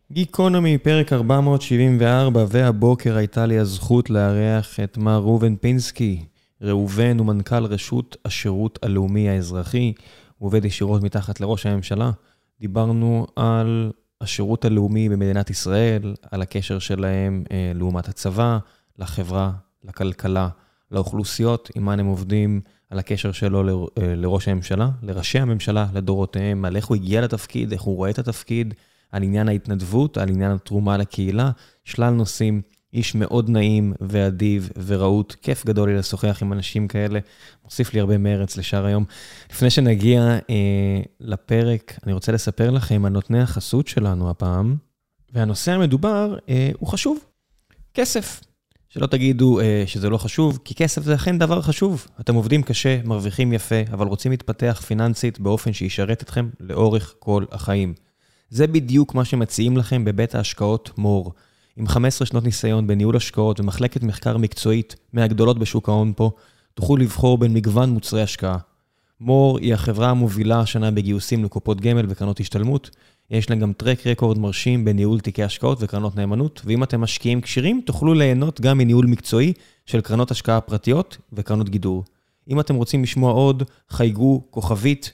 גיקונומי, פרק 474, והבוקר הייתה לי הזכות לארח את מר ראובן פינסקי. ראובן הוא מנכ"ל רשות השירות הלאומי האזרחי, הוא עובד ישירות מתחת לראש הממשלה. דיברנו על השירות הלאומי במדינת ישראל, על הקשר שלהם לעומת הצבא, לחברה, לכלכלה, לאוכלוסיות, עם מה הם עובדים, על הקשר שלו לראש הממשלה, לראשי הממשלה, לדורותיהם, על איך הוא הגיע לתפקיד, איך הוא רואה את התפקיד, על עניין ההתנדבות, על עניין התרומה לקהילה, שלל נושאים, איש מאוד נעים ואדיב וראות, כיף גדול לי לשוחח עם אנשים כאלה, מוסיף לי הרבה מרץ לשאר היום. לפני שנגיע לפרק, אני רוצה לספר לכם על נותני החסות שלנו הפעם, והנושא המדובר הוא חשוב, כסף. שלא תגידו שזה לא חשוב, כי כסף זה אכן דבר חשוב. אתם עובדים קשה, מרוויחים יפה, אבל רוצים להתפתח פיננסית באופן שישרת אתכם לאורך כל החיים. זה בדיוק מה שמציעים לכם בבית ההשקעות מור. עם 15 שנות ניסיון בניהול השקעות ומחלקת מחקר מקצועית מהגדולות בשוק ההון פה, תוכלו לבחור בין מגוון מוצרי השקעה. מור היא החברה המובילה השנה בגיוסים לקופות גמל וקרנות השתלמות. יש להם גם טרק רקורד מרשים בניהול תיקי השקעות וקרנות נאמנות, ואם אתם משקיעים קשירים, תוכלו ליהנות גם מניהול מקצועי של קרנות השקעה פרטיות וקרנות גידור. אם אתם רוצים לשמוע עוד, חייגו כוכבית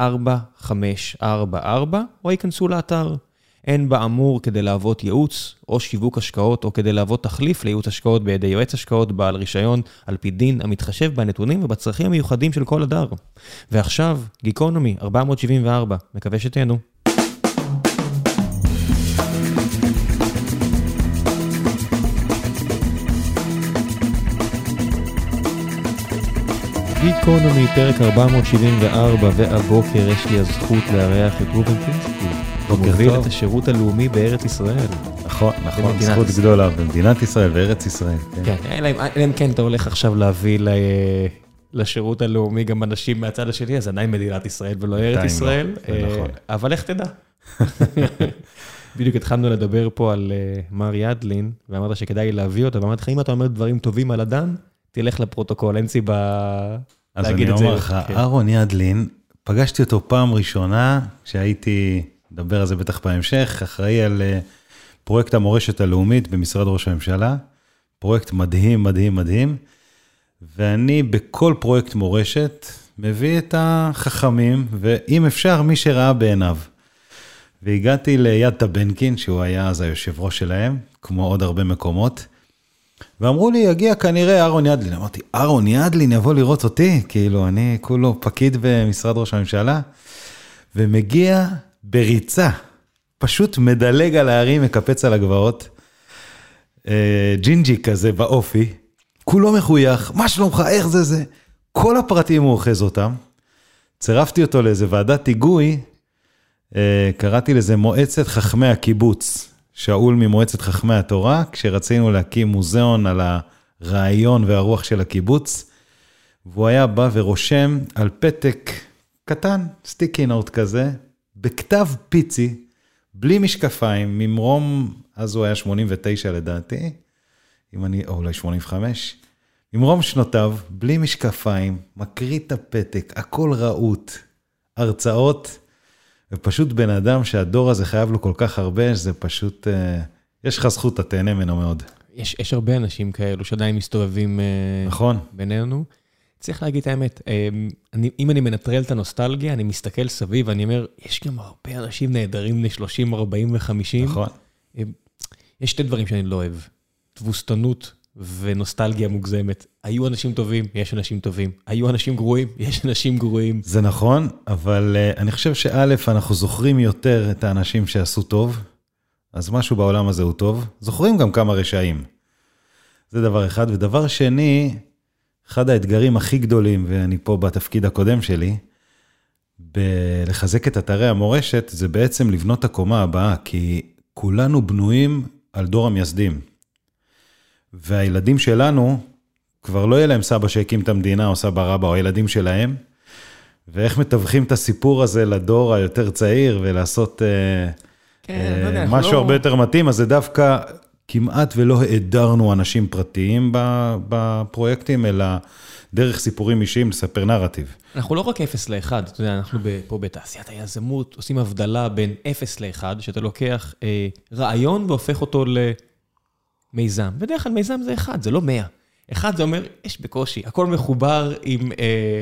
4544, או ייכנסו לאתר. אין באמור כדי לעבוד ייעוץ או שיווק השקעות, או כדי לעבוד תחליף לייעוץ השקעות בידי יועץ השקעות בעל רישיון, על פי דין המתחשב בנתונים ובצרכים המיוחדים של כל אדר. ועכשיו, גיקונומי 474, מקווה שתהנו. גיקונומי, פרק 474, והבוקר יש לי הזכות לארח את ראובן פינסקי. הוא מוביל את השירות הלאומי בארץ ישראל. נכון, זכות גדולה, במדינת ישראל, בארץ ישראל. כן, אלא אם כן אתה הולך עכשיו להביא לשירות הלאומי גם אנשים מהצד השני, אז עדיין מדינת ישראל ולא ארץ ישראל, אבל איך תדע? בדיוק התחלנו לדבר פה על מר ידלין, ואמרת שכדאי להביא אותו, ואמרת לך, אם אתה אומר דברים טובים על אדם, תלך לפרוטוקול, אין סיבה להגיד את זה. אז אני אומר לך, אהרון ידלין, פגשתי אותו פעם ראשונה, שהייתי, נדבר על זה בטח בהמשך, אחראי על פרויקט המורשת הלאומית במשרד ראש הממשלה, פרויקט מדהים, מדהים, מדהים, ואני בכל פרויקט מורשת מביא את החכמים, ואם אפשר, מי שראה בעיניו. והגעתי ליד טבנקין, שהוא היה אז היושב ראש שלהם, כמו עוד הרבה מקומות, ואמרו לי, יגיע כנראה אהרון ידלין. אמרתי, אהרון ידלין יבוא לראות אותי? כאילו, אני כולו פקיד במשרד ראש הממשלה, ומגיע בריצה, פשוט מדלג על הערים, מקפץ על הגבעות, ג'ינג'י כזה באופי, כולו מחוייך, מה שלומך, איך זה? כל הפרטים הוא אוחז אותם, צירפתי אותו לאיזה ועדת היגוי, קראתי לזה מועצת חכמי הקיבוץ, שאול ממועצת חכמי התורה, כשרצינו להקים מוזיאון על הרעיון והרוח של הקיבוץ, והוא היה בא ורושם על פתק קטן, סטיקי נוט כזה, בכתב פיצי, בלי משקפיים, ממרום, אז הוא היה 89 לדעתי, או אולי 85, ממרום שנותיו, בלי משקפיים, מקריא את הפתק, הכל רעות, הרצאות, ופשוט בן אדם שהדור הזה חייב לו כל כך הרבה, שזה פשוט, יש לך זכות, אתה תהנה ממנו מאוד. יש הרבה אנשים כאלו שעדיין מסתובבים נכון. בינינו. צריך להגיד את האמת, אם אני מנטרל את הנוסטלגיה, אני מסתכל סביב, ואני אומר, יש גם הרבה אנשים נהדרים בני 30, 40 ו-50. נכון. יש שתי דברים שאני לא אוהב, תבוסתנות ונוסטלגיה מוגזמת. היו אנשים טובים, יש אנשים טובים. היו אנשים גרועים, יש אנשים גרועים. זה נכון, אבל אני חושב שא' אנחנו זוכרים יותר את האנשים שעשו טוב, אז משהו בעולם הזה הוא טוב. זוכרים גם כמה רשעים. זה דבר אחד. ודבר שני, אחד האתגרים הכי גדולים, ואני פה בתפקיד הקודם שלי, לחזק את אתרי המורשת, זה בעצם לבנות את הקומה הבאה, כי כולנו בנויים על דור המייסדים. והילדים שלנו, כבר לא יהיה להם סבא שהקים את המדינה, או סבא רבא, או הילדים שלהם, ואיך מתווכים את הסיפור הזה לדור היותר צעיר, ולעשות משהו הרבה יותר מתאים, אז זה דווקא, כמעט ולא העדרנו אנשים פרטיים בפרויקטים, אלא דרך סיפורים אישיים לספר נרטיב. אנחנו לא רק 0 ל-1, אתה יודע, אנחנו פה בתעשיית היזמות, עושים הבדלה בין 0 ל-1, שאתה לוקח רעיון והופך אותו למיזם. בדרך כלל מיזם זה 1, זה לא 100. 1 זה אומר, יש בקושי, הכל מחובר עם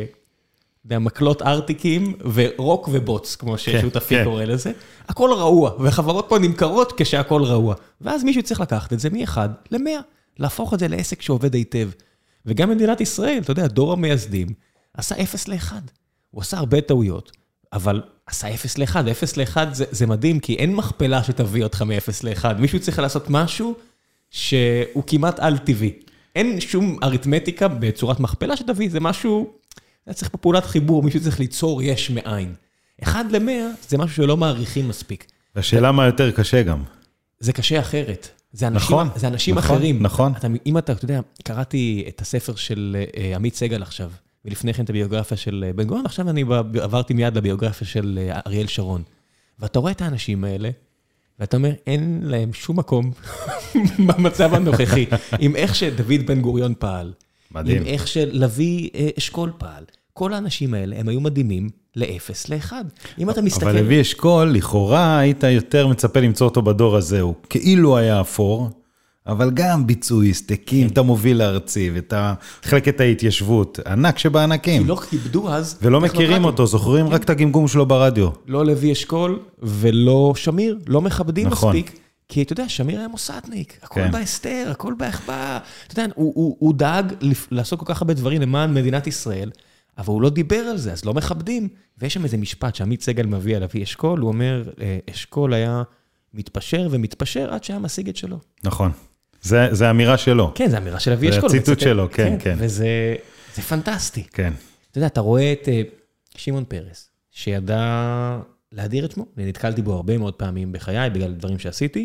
מקלות ארטיקים ורוק ובוץ, כמו ששותפי קורא לזה. הכל רעוע, וחברות פה נמכרות כשהכל רעוע. ואז מישהו צריך לקחת את זה מ-1 ל-100, להפוך את זה לעסק שעובד היטב. וגם במדינת ישראל, אתה יודע, דור המייסדים, עשה 0 ל-1. הוא עשה הרבה טעויות, אבל עשה 0 ל-1. 0 ל-1 זה מדהים, כי אין מכפלה שתביא אותך מ-0 ל-1. מישהו צריך לעשות משהו שהוא כמעט על טבעי. אין שום אריתמטיקה בצורת מכפלה שתביא, זה משהו, אתה צריך פה פעולת חיבור, מישהו צריך ליצור יש מאין. 1 ל-100 זה משהו שלא מעריכים מספיק. השאלה מה יותר קשה גם. זה קשה אחרת. זה אנשים נכון, אחרים. נכון. אם אתה יודע, קראתי את הספר של עמית סגל עכשיו, ולפני כן את הביוגרפיה של בן גוריון, עכשיו אני עברתי מיד לביוגרפיה של אריאל שרון. ואתה רואה את האנשים האלה, ואתה אומר, אין להם שום מקום במצב הנוכחי, עם איך שדוד בן גוריון פעל, מדהים. עם איך שלוי אשכול פעל. כל האנשים האלה, הם היו מדהימים ל-0 ל-1. אם אתה מסתכל... אבל לוי אשכול, לכאורה, היית יותר מצפה למצוא אותו בדור הזה. הוא כאילו היה אפור, אבל גם ביצועיסט, הקים את המוביל הארצי, ואת חלקת ההתיישבות, ענק שבענקים. כי לא כיבדו אז... ולא מכירים אותו, זוכרים רק את הגמגום שלו ברדיו. לא לוי אשכול ולא שמיר, לא מכבדים מספיק. כי אתה יודע, שמיר היה מוסדניק, הכל בהסתר, הכל בהחבא. אתה יודע, הוא דאג לעשות כל כך הרבה דברים למען מדינת ישראל, אבל הוא לא דיבר על זה, אז לא מכבדים. ויש שם איזה משפט שעמית סגל מביא על לוי אשכול, הוא אומר, אשכול היה מתפשר ומתפשר עד שהיה משיג את שלו. נכון. זה אמירה שלו. כן, זה אמירה של לוי אשכול. זה הציטוט שלו, כן, כן. וזה פנטסטי. כן. אתה יודע, אתה רואה את שמעון פרס, שידע להדיר את שמו, ונתקלתי בו הרבה מאוד פעמים בחיי, בגלל דברים שעשיתי,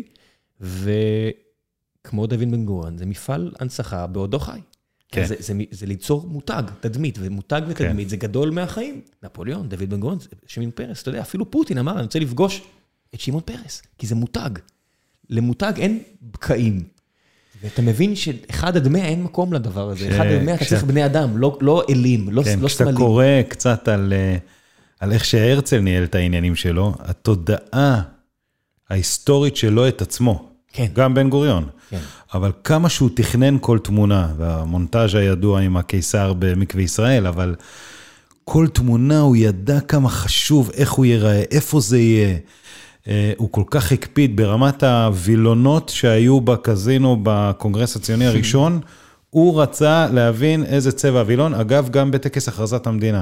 וכמו דוד בן גוריון, זה מפעל הנצחה בעודו חי. כן. זה ליצור מותג, תדמית, ומותג ותדמית זה גדול מהחיים. נפוליאון, דוד בן גוריון, שמעון פרס, אתה יודע, אפילו פוטין אמר, אני רוצה לפגוש את שמעון פרס, כי זה מותג. למותג אין בקעים. ואתה מבין שאחד עד 100 אין מקום לדבר הזה. 1 עד 100 אתה צריך בני אדם, לא אלים, לא סמלים. כשאתה קורא קצת על איך שהרצל ניהל את העניינים שלו, התודעה ההיסטורית שלו את עצמו. כן. גם בן גוריון. כן. אבל כמה שהוא תכנן כל תמונה, והמונטאז' הידוע עם הקיסר במקווה ישראל, אבל כל תמונה הוא ידע כמה חשוב, איך הוא ייראה, איפה זה יהיה. הוא כל כך הקפיד ברמת הווילונות שהיו בקזינו בקונגרס הציוני הראשון, הוא רצה להבין איזה צבע הווילון, אגב גם בטקס הכרזת המדינה.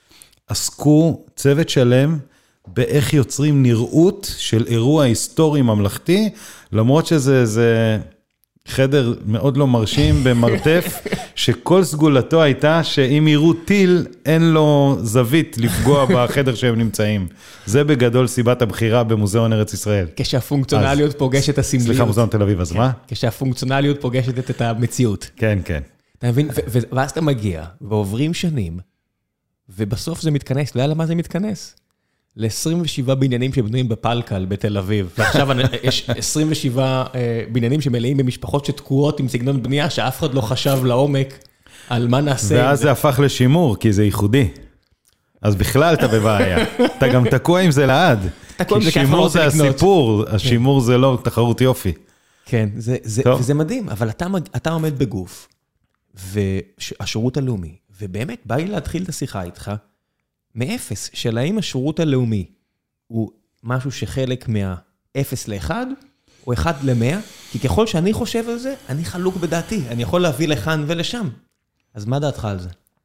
עסקו צוות שלם באיך יוצרים נראות של אירוע היסטורי ממלכתי, למרות שזה חדר מאוד לא מרשים במרתף, שכל סגולתו הייתה שאם יראו טיל, אין לו זווית לפגוע בחדר שהם נמצאים. זה בגדול סיבת הבחירה במוזיאון ארץ ישראל. כשהפונקציונליות פוגשת את הסמליות. סליחה, מוזיאון תל אביב, אז מה? כשהפונקציונליות פוגשת את המציאות. כן, כן. אתה מבין? ואז אתה מגיע, ועוברים שנים, ובסוף זה מתכנס, אתה יודע למה זה מתכנס? ל-27 בניינים שבנויים בפלקל בתל אביב, ועכשיו יש 27 בניינים שמלאים במשפחות שתקועות עם סגנון בנייה, שאף אחד לא חשב לעומק על מה נעשה. ואז זה הפך לשימור, כי זה ייחודי. אז בכלל אתה בבעיה. אתה גם תקוע עם זה לעד. כי שימור זה הסיפור, השימור זה לא תחרות יופי. כן, וזה מדהים, אבל אתה עומד בגוף, והשירות הלאומי, ובאמת בא לי להתחיל את השיחה איתך, מאפס, של האם השירות הלאומי הוא משהו שחלק מה-0 ל-1, או 1 ל-100, כי ככל שאני חושב על זה, אני חלוק בדעתי, אני יכול להביא לכאן ולשם. אז מה דעתך על זה?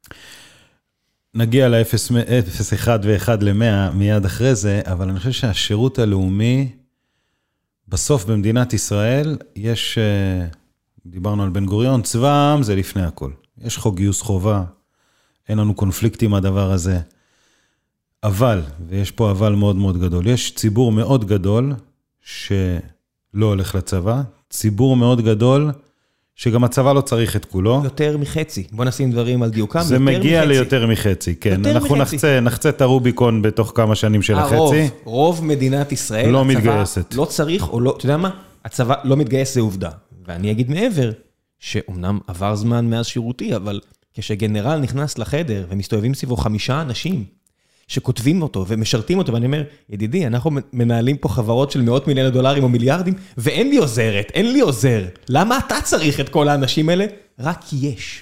נגיע ל-0, 1 ו-1 ל-100 מיד אחרי זה, אבל אני חושב שהשירות הלאומי, בסוף במדינת ישראל, יש, דיברנו על בן גוריון, צבא העם זה לפני הכל. יש חוק גיוס חובה, אין לנו קונפליקט עם הדבר הזה, אבל, ויש פה אבל מאוד מאוד גדול, יש ציבור מאוד גדול שלא הולך לצבא, ציבור מאוד גדול שגם הצבא לא צריך את כולו. יותר מחצי, בוא נשים דברים על דיוקם. זה מגיע ליותר מחצי, כן. אנחנו נחצה את הרוביקון בתוך כמה שנים של החצי. רוב מדינת ישראל, לא מתגייסת. לא צריך, או לא, אתה יודע מה? הצבא לא מתגייס, זה עובדה. ואני אגיד מעבר, שאומנם עבר זמן מאז שירותי, אבל כשגנרל נכנס לחדר ומסתובבים סביבו 5 אנשים שכותבים אותו ומשרתים אותו, ואני אומר, ידידי, אנחנו מנהלים פה חברות של $100 מיליון או מיליארדים, ואין לי עוזרת, אין לי עוזר. למה אתה צריך את כל האנשים האלה? רק יש.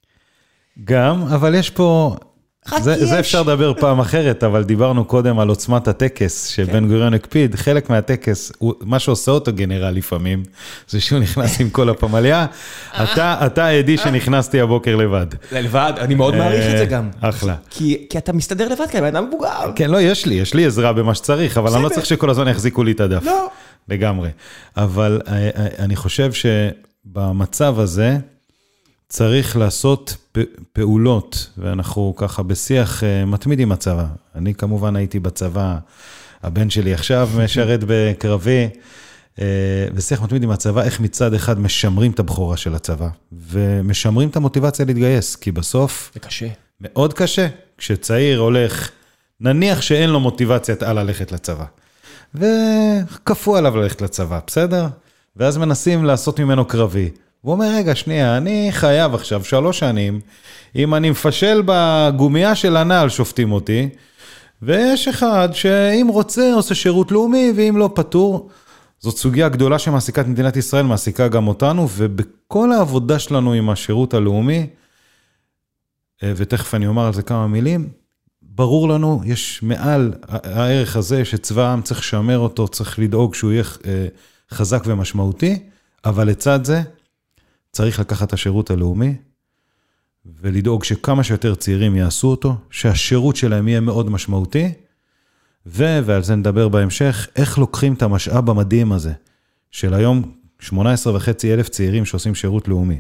גם, אבל יש פה... זה אפשר לדבר פעם אחרת, אבל דיברנו קודם על עוצמת הטקס, שבן גוריון הקפיד, חלק מהטקס, מה שעושה אותו גנרל לפעמים, זה שהוא נכנס עם כל הפמליה, אתה עדי שנכנסתי הבוקר לבד. לבד, אני מאוד מעריך את זה גם. אחלה. כי אתה מסתדר לבד, כי אתה מבוגר. כן, לא, יש לי עזרה במה שצריך, אבל אני לא צריך שכל הזמן יחזיקו לי את הדף. לא. לגמרי. אבל אני חושב שבמצב הזה, צריך לעשות פעולות, ואנחנו ככה בשיח מתמיד עם הצבא. אני כמובן הייתי בצבא, הבן שלי עכשיו משרת בקרבי, בשיח מתמיד עם הצבא, איך מצד אחד משמרים את הבחורה של הצבא, ומשמרים את המוטיבציה להתגייס, כי בסוף... זה קשה. מאוד קשה. כשצעיר הולך, נניח שאין לו מוטיבציית על ללכת לצבא, וכפו עליו ללכת לצבא, בסדר? ואז מנסים לעשות ממנו קרבי. הוא אומר, רגע, שנייה, אני חייב עכשיו 3 שנים, אם אני מפשל בגומיה של הנעל, שופטים אותי, ויש אחד שאם רוצה, עושה שירות לאומי, ואם לא פטור, זאת סוגיה גדולה שמעסיקה את מדינת ישראל, מעסיקה גם אותנו, ובכל העבודה שלנו עם השירות הלאומי, ותכף אני אומר על זה כמה מילים, ברור לנו, יש מעל הערך הזה, שצבא העם צריך לשמר אותו, צריך לדאוג שהוא יהיה חזק ומשמעותי, אבל לצד זה, צריך לקחת את השירות הלאומי, ולדאוג שכמה שיותר צעירים יעשו אותו, שהשירות שלהם יהיה מאוד משמעותי, ועל זה נדבר בהמשך, איך לוקחים את המשאב המדהים הזה, של היום 18,500 צעירים שעושים שירות לאומי,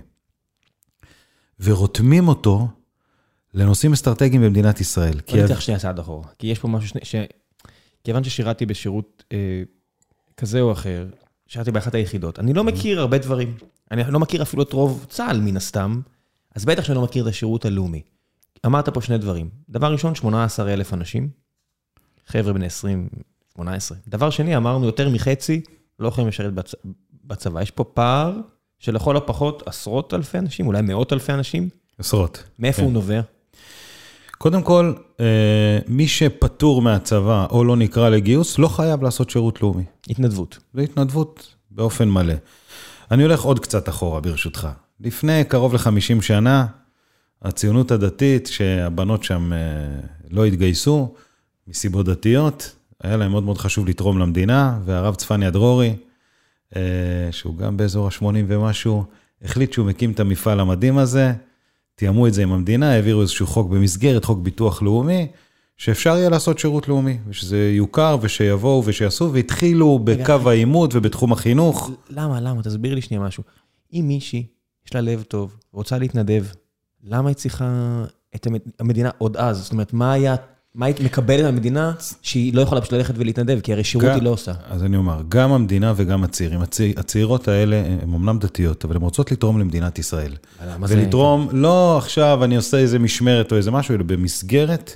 ורותמים אותו לנושאים אסטרטגיים במדינת ישראל. אני צריך שנייה צעד אחורה, כי יש פה משהו כיוון ששירתי בשירות כזה או אחר, שירתי באחת היחידות, אני לא מכיר הרבה דברים, אני לא מכיר אפילו את רוב צה"ל מן הסתם, אז בטח שאני לא מכיר את השירות הלאומי. אמרת פה 2 דברים. דבר ראשון, 18,000 אנשים, חבר'ה בני 20, 18. דבר שני, אמרנו יותר מחצי, לא יכולים לשרת בצבא. יש פה פער שלכל הפחות עשרות אלפי אנשים, אולי 100,000 אנשים. עשרות. מאיפה הוא נובע? קודם כל, מי שפטור מהצבא או לא נקרא לגיוס, לא חייב לעשות שירות לאומי. התנדבות. זה התנדבות באופן מלא. אני הולך עוד קצת אחורה, ברשותך. לפני קרוב ל50 שנה, הציונות הדתית, שהבנות שם לא התגייסו, מסיבות דתיות, היה להם מאוד מאוד חשוב לתרום למדינה, והרב צפניה דרורי, שהוא גם באזור ה-80 ומשהו, החליט שהוא מקים את המפעל המדהים הזה, תיאמו את זה עם המדינה, העבירו איזשהו חוק במסגרת, חוק ביטוח לאומי, שאפשר יהיה לעשות שירות לאומי, ושזה יוכר ושיבואו ושיעשו, והתחילו בקו העימות ובתחום החינוך. למה? תסביר לי שנייה משהו. אם מישהי, יש לה לב טוב, רוצה להתנדב, למה היא צריכה את המדינה עוד אז? זאת אומרת, מה היית מקבלת מהמדינה שהיא לא יכולה פשוט ללכת ולהתנדב, כי הרי שירות היא לא עושה. אז אני אומר, גם המדינה וגם הצעירים, הצעירות האלה הן אמנם דתיות, אבל הן רוצות לתרום למדינת ישראל. ולתרום, לא עכשיו אני עושה איזה משמרת או איזה משהו, אלא במסגרת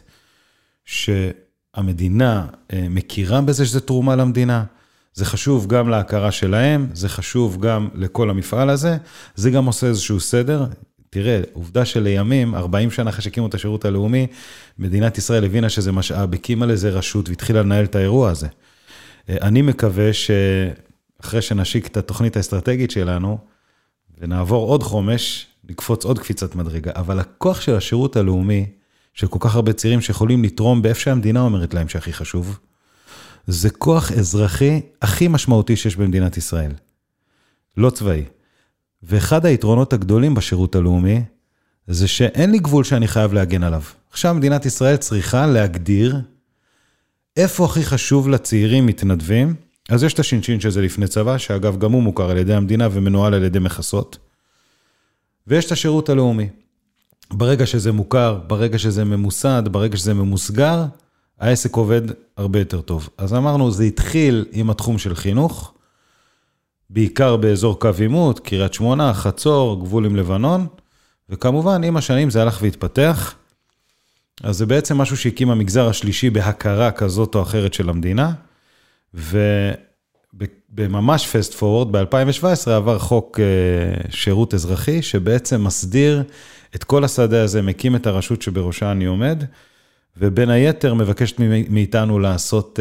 שהמדינה מכירה בזה שזה תרומה למדינה, זה חשוב גם להכרה שלהם, זה חשוב גם לכל המפעל הזה, זה גם עושה איזשהו סדר. תראה, עובדה שלימים, 40 שנה אחרי שהקימו את השירות הלאומי, מדינת ישראל הבינה שזה משאב, הקימה לזה רשות והתחילה לנהל את האירוע הזה. אני מקווה שאחרי שנשיק את התוכנית האסטרטגית שלנו, ונעבור עוד חומש, נקפוץ עוד קפיצת מדרגה, אבל הכוח של השירות הלאומי, של כל כך הרבה צעירים שיכולים לתרום באיפה שהמדינה אומרת להם שהכי חשוב, זה כוח אזרחי הכי משמעותי שיש במדינת ישראל. לא צבאי. ואחד היתרונות הגדולים בשירות הלאומי, זה שאין לי גבול שאני חייב להגן עליו. עכשיו מדינת ישראל צריכה להגדיר איפה הכי חשוב לצעירים מתנדבים. אז יש את השינשין שזה לפני צבא, שאגב גם הוא מוכר על ידי המדינה ומנוהל על ידי מכסות. ויש את השירות הלאומי. ברגע שזה מוכר, ברגע שזה ממוסד, ברגע שזה ממוסגר, העסק עובד הרבה יותר טוב. אז אמרנו, זה התחיל עם התחום של חינוך, בעיקר באזור קו עימות, קריית שמונה, חצור, גבול עם לבנון, וכמובן עם השנים זה הלך והתפתח, אז זה בעצם משהו שהקים המגזר השלישי בהכרה כזאת או אחרת של המדינה, בממש פסט פורוורד, ב-2017 עבר חוק שירות אזרחי, שבעצם מסדיר את כל השדה הזה, מקים את הרשות שבראשה אני עומד, ובין היתר מבקשת מאיתנו לעשות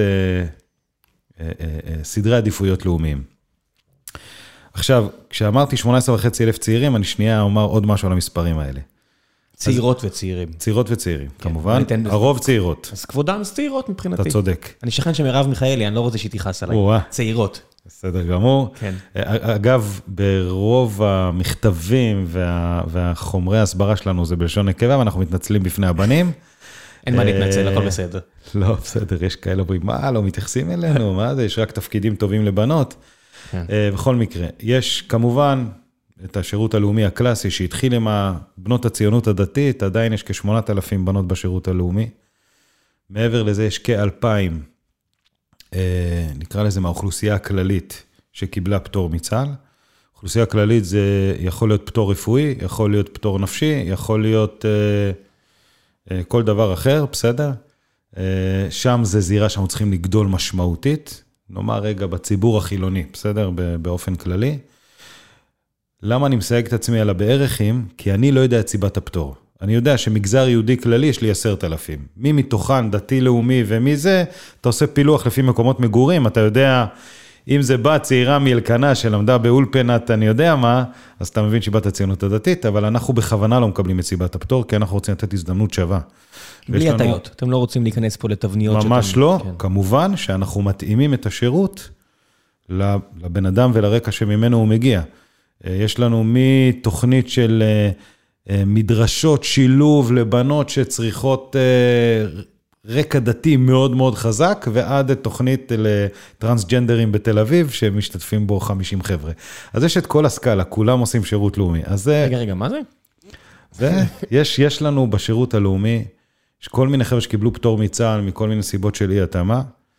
סדרי עדיפויות לאומיים. עכשיו, כשאמרתי 18,500 צעירים, אני שנייה אומר עוד משהו על המספרים האלה. צעירות וצעירים. צעירות וצעירים, כמובן. הרוב צעירות. אז כבודם צעירות מבחינתי. אתה צודק. אני שכן שמרב מיכאלי, אני לא רוצה שתיחס עליי. צעירות. בסדר גמור. כן. אגב, ברוב המכתבים והחומרי ההסברה שלנו זה בלשון נקבה, ואנחנו מתנצלים בפני הבנים. אין מה להתנצל, הכל בסדר. לא, בסדר, יש כאלה אומרים, מה, לא מתייחסים אלינו, מה זה, יש רק תפקידים טובים לבנות. בכל מקרה, יש כמובן את השירות הלאומי הקלאסי, שהתחיל עם בנות הציונות הדתית, עדיין יש כ8,000 בנות בשירות הלאומי. מעבר לזה יש כ2,000, נקרא לזה מהאוכלוסייה הכללית, שקיבלה פטור מצה"ל. אוכלוסייה כללית זה יכול להיות פטור רפואי, יכול להיות פטור נפשי, יכול להיות כל דבר אחר, בסדר? שם זה זירה שאנחנו צריכים לגדול משמעותית, נאמר רגע בציבור החילוני, בסדר? באופן כללי. למה אני מסייג את עצמי על הבערכים? כי אני לא יודע את סיבת הפטור. אני יודע שמגזר יהודי כללי יש לי 10,000. מי מתוכן דתי לאומי ומי זה, אתה עושה פילוח לפי מקומות מגורים, אתה יודע, אם זה בא צעירה מאלקנה שלמדה באולפנת, אני יודע מה, אז אתה מבין שיבת הציונות הדתית, אבל אנחנו בכוונה לא מקבלים את סיבת הפטור, כי אנחנו רוצים לתת הזדמנות שווה. בלי הטיות, אתם לא רוצים להיכנס פה לתבניות. ממש לא, כמובן שאנחנו מתאימים את השירות לבן אדם ולרקע שממנו הוא מגיע. יש לנו מתוכנית של מדרשות שילוב לבנות שצריכות רקע דתי מאוד מאוד חזק, ועד תוכנית לטרנסג'נדרים בתל אביב, שמשתתפים בו 50 חבר'ה. אז יש את כל הסקאלה, כולם עושים שירות לאומי. רגע, מה זה? יש לנו בשירות הלאומי, יש כל מיני חבר'ה שקיבלו פטור מצה"ל, מכל מיני סיבות של אי התאמה,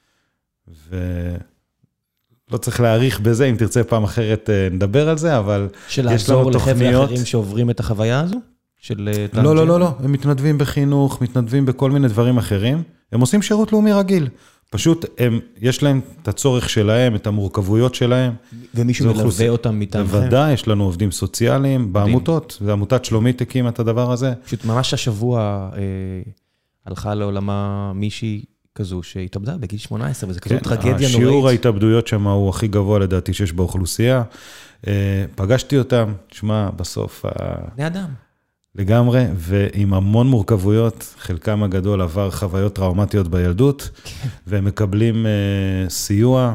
לא צריך להאריך בזה, אם תרצה פעם אחרת נדבר על זה, אבל יש לנו תוכניות. של לעזור לחבר'ה אחרים שעוברים את החוויה הזו? לא, הם מתנדבים בחינוך, מתנדבים בכל מיני דברים אחרים, הם עושים שירות לאומי רגיל, פשוט יש להם את הצורך שלהם, את המורכבויות שלהם. ומישהו מלווה אותם מטעמכם? בוודאי, יש לנו עובדים סוציאליים, בעמותות, זה עמותת שלומית הקים את הדבר הזה. פשוט ממש השבוע הלכה לעולמה מישהי, כזו שהתאבדה בגיל 18, וזה כזו טרגדיה נוראית. השיעור ההתאבדויות שם הוא הכי גבוה לדעתי שיש באוכלוסייה. פגשתי אותם, תשמע, בסוף... בני אדם. לגמרי, ועם המון מורכבויות, חלקם הגדול עבר חוויות טראומטיות בילדות, והם מקבלים סיוע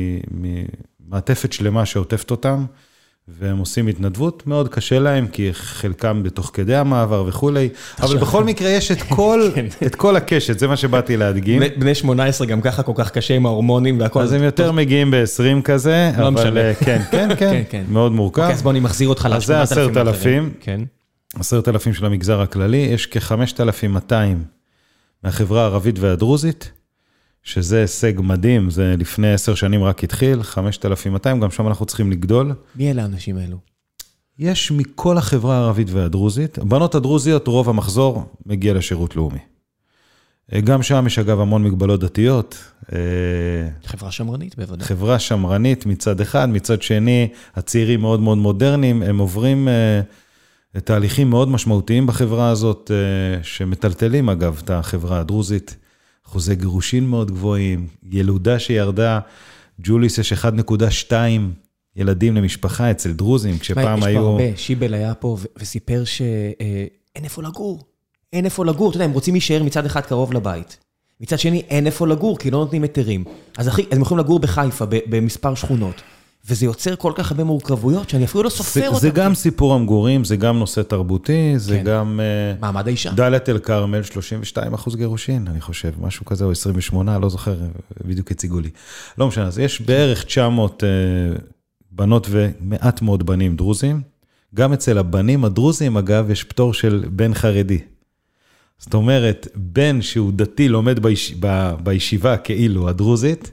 ממעטפת שלמה שעוטפת אותם, והם עושים התנדבות, מאוד קשה להם, כי חלקם בתוך כדי המעבר וכולי, אבל בכל מקרה יש את כל הקשת, זה מה שבאתי להדגים. בני 18 גם ככה כל כך קשה עם ההורמונים והכל. אז הם יותר מגיעים ב-20 כזה, אבל כן, מאוד מורכב. אז בוא אני מחזיר אותך ל-8,000. אז זה 10,000, 10,000 של המגזר הכללי, יש כ-5,200 מהחברה הערבית והדרוזית, שזה הישג מדהים, זה לפני 10 שנים רק התחיל, 5,200, גם שם אנחנו צריכים לגדול. מי אלה האנשים האלו? יש מכל החברה הערבית והדרוזית, הבנות הדרוזיות, רוב המחזור מגיע לשירות לאומי. גם שם יש אגב המון מגבלות דתיות. חברה שמרנית בוודאי. חברה שמרנית מצד אחד, מצד שני, הצעירים מאוד מאוד מודרניים, הם עוברים תהליכים מאוד משמעותיים בחברה הזאת, שמטלטלים אגב את החברה הדרוזית. אחוזי גירושין מאוד גבוהים, ילודה שירדה, ג'וליס יש 1.2 ילדים למשפחה אצל דרוזים, כשפעם היו... יש פה הרבה, שיבל היה פה וסיפר שאין איפה לגור, אין איפה לגור, אתה יודע, הם רוצים להישאר מצד אחד קרוב לבית, מצד שני אין איפה לגור, כי לא נותנים היתרים, אז הם יכולים לגור בחיפה, במספר שכונות, וזה יוצר כל כך הרבה מורכבויות, שאני אפילו לא סופר אותם. זה גם סיפור המגורים, זה גם נושא תרבותי, זה גם... מעמד האישה. דלית אל כרמל, 32% גירושין, אני חושב, משהו כזה, או 28, לא זוכר, בדיוק הציגו לי. לא משנה, אז יש בערך 900 בנות ומעט מאוד בנים דרוזים, גם אצל הבנים הדרוזים, אגב, יש פטור של בן חרדי. זאת אומרת, בן שהוא דתי לומד בישיבה כאילו הדרוזית,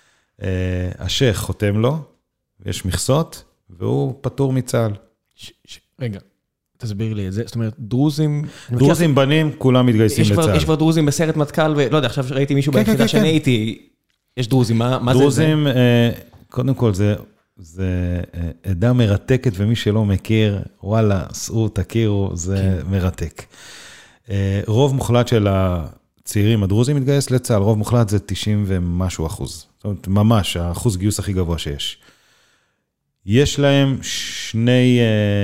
השייך חותם לו, יש מכסות, והוא פטור מצה"ל. רגע, תסביר לי את זה. זאת אומרת, דרוזים... דרוזים בנים, כולם מתגייסים לצה"ל. יש כבר דרוזים בסרט מטכ"ל, ולא יודע, עכשיו ראיתי מישהו ביחידה שאני הייתי, יש דרוזים, מה זה? דרוזים, קודם כל זה עדה מרתקת, ומי שלא מכיר, וואלה, סעו, תכירו, זה מרתק. רוב מוחלט של הצעירים הדרוזים מתגייס לצה"ל, רוב מוחלט זה 90 ומשהו אחוז. זאת אומרת, ממש, האחוז גיוס הכי גבוה שיש. יש להם שני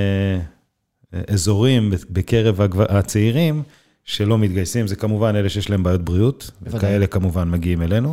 אזורים בקרב הצעירים שלא מתגייסים, זה כמובן אלה שיש להם בעיות בריאות, וכאלה כמובן מגיעים אלינו.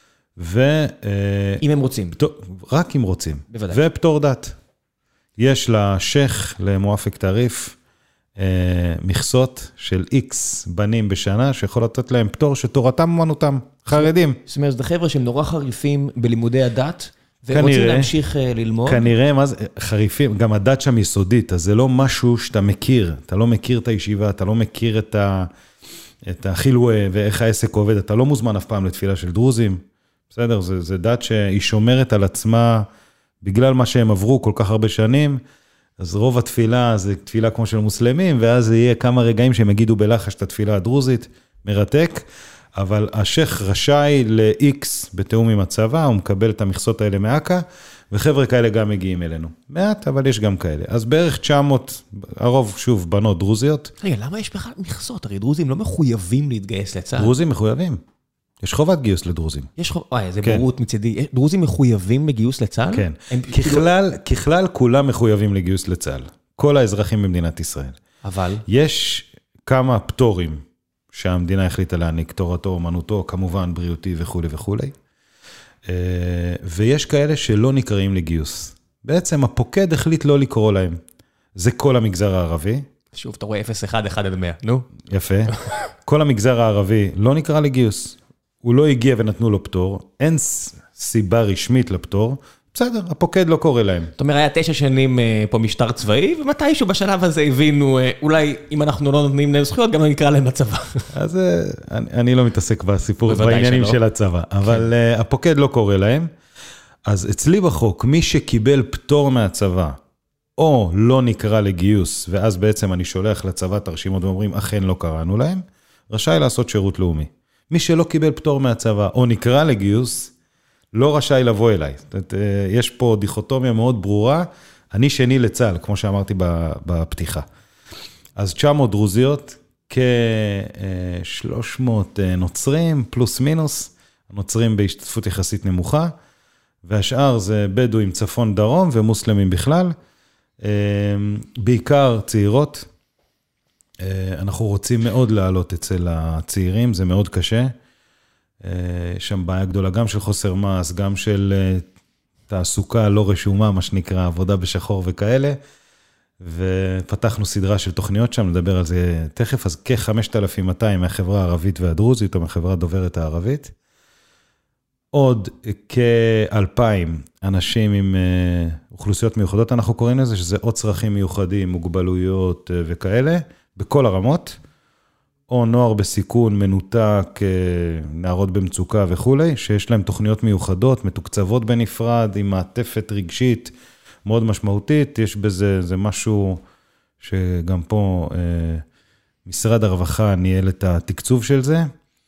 אם הם רוצים. רק אם רוצים. בוודאי. ופטור דת. יש לשייך, למואפק תעריף, מכסות של X בנים בשנה, שיכול לתת להם פטור שתורתם אומנותם, חרדים. זאת אומרת, זה חבר'ה שהם נורא חריפים בלימודי הדת, והם רוצים להמשיך ללמוד. כנראה, מה זה, חריפים, גם הדת שם יסודית, אז זה לא משהו שאתה מכיר, אתה לא מכיר את הישיבה, אתה לא מכיר את החילווה ואיך העסק עובד, אתה לא מוזמן אף פעם לתפילה של דרוזים, בסדר? זה דת שהיא שומרת על עצמה, בגלל מה שהם עברו כל כך הרבה שנים, אז רוב התפילה זה תפילה כמו של מוסלמים, ואז יהיה כמה רגעים שהם יגידו בלחש את התפילה הדרוזית, מרתק, אבל השייך רשאי ל-X בתאום עם הצבא, הוא מקבל את המכסות האלה מאקה, וחבר'ה כאלה גם מגיעים אלינו. מעט, אבל יש גם כאלה. אז בערך 900, הרוב שוב בנות דרוזיות. רגע, למה יש בכלל מכסות? הרי דרוזים לא מחויבים להתגייס לצה"ל. דרוזים מחויבים. יש חובת גיוס לדרוזים. יש חובה, זה בורות מצדי. דרוזים מחויבים לגיוס לצה"ל? כן. ככלל, כולם מחויבים לגיוס לצה"ל. כל האזרחים במדינת ישראל. אבל? יש כמה פטורים שהמדינה החליטה להעניק, תורתו, אומנותו, כמובן בריאותי וכו' וכו'. ויש כאלה שלא נקראים לגיוס. בעצם הפוקד החליט לא לקרוא להם. זה כל המגזר הערבי. שוב, אתה רואה 0-1-1-100, נו. יפה. כל המגזר הערבי לא נקרא לגיוס. הוא לא הגיע ונתנו לו פטור. אין סיבה רשמית לפטור. בסדר, הפוקד לא קורא להם. זאת אומרת, היה 9 שנים פה משטר צבאי, ומתישהו בשלב הזה הבינו, אולי אם אנחנו לא נותנים להם זכויות, גם לא נקרא להם לצבא. אז אני לא מתעסק בסיפור, בעניינים של הצבא, אבל הפוקד לא קורא להם. אז אצלי בחוק, מי שקיבל פטור מהצבא, או לא נקרא לגיוס, ואז בעצם אני שולח לצבא את הרשימות ואומרים, אכן לא קראנו להם, רשאי לעשות שירות לאומי. מי שלא קיבל פטור מהצבא, או נקרא לגיוס, לא רשאי לבוא אליי. זאת אומרת, יש פה דיכוטומיה מאוד ברורה, אני שני לצה"ל, כמו שאמרתי בפתיחה. אז 900 דרוזיות, כ-300 נוצרים, פלוס מינוס, הנוצרים בהשתתפות יחסית נמוכה, והשאר זה בדואים צפון דרום ומוסלמים בכלל, בעיקר צעירות. אנחנו רוצים מאוד לעלות אצל הצעירים, זה מאוד קשה. יש שם בעיה גדולה, גם של חוסר מס, גם של תעסוקה לא רשומה, מה שנקרא, עבודה בשחור וכאלה, ופתחנו סדרה של תוכניות שם, נדבר על זה תכף, אז כ-5,200 מהחברה הערבית והדרוזית, או מהחברה הדוברת הערבית, עוד כ-2,000 אנשים עם אוכלוסיות מיוחדות, אנחנו קוראים לזה, שזה או צרכים מיוחדים, מוגבלויות וכאלה, בכל הרמות, או נוער בסיכון, מנותק, נערות במצוקה וכו', שיש להם תוכניות מיוחדות, מתוקצבות בנפרד, עם מעטפת רגשית מאוד משמעותית, יש בזה, זה משהו שגם פה משרד הרווחה ניהל את התקצוב של זה.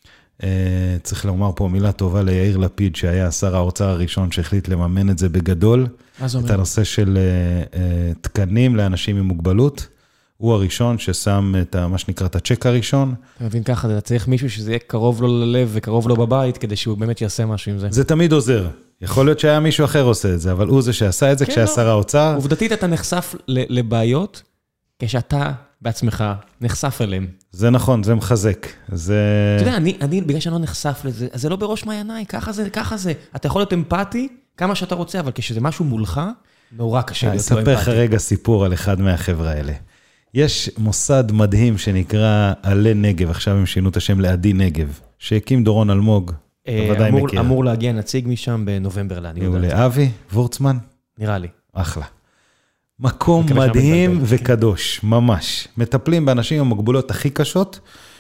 צריך לומר פה מילה טובה ליאיר לפיד, שהיה שר האוצר הראשון שהחליט לממן את זה בגדול, את הנושא של תקנים לאנשים עם מוגבלות, הוא הראשון ששם את מה שנקרא את הצ'ק הראשון. אתה מבין ככה, אתה צריך מישהו שזה יהיה קרוב לו ללב וקרוב לו בבית, כדי שהוא באמת יעשה משהו עם זה. זה תמיד עוזר. יכול להיות שהיה מישהו אחר עושה את זה, אבל הוא זה שעשה את זה כשהיה שר האוצר. עובדתית אתה נחשף לבעיות, כשאתה בעצמך נחשף אליהם. זה נכון, זה מחזק. אתה יודע, אני בגלל שאני לא נחשף לזה, אז זה לא בראש מעייניי, ככה זה. אתה יכול להיות אמפתי כמה שאתה רוצה, אבל כשזה משהו מולך, נורא קשה להיות לא אמפתי. אספר לך רגע סיפור על אחד מהחבר'ה האלה. יש מוסד מדהים שנקרא עלי נגב, עכשיו הם שינו את השם לעדי נגב, שהקים דורון אלמוג, בוודאי מכיר. אמור להגיע נציג משם בנובמבר, אני יודעת. לאבי וורצמן? נראה לי. אחלה. מקום מדהים וקדוש, ממש. מטפלים באנשים עם המוגבלויות הכי קשות,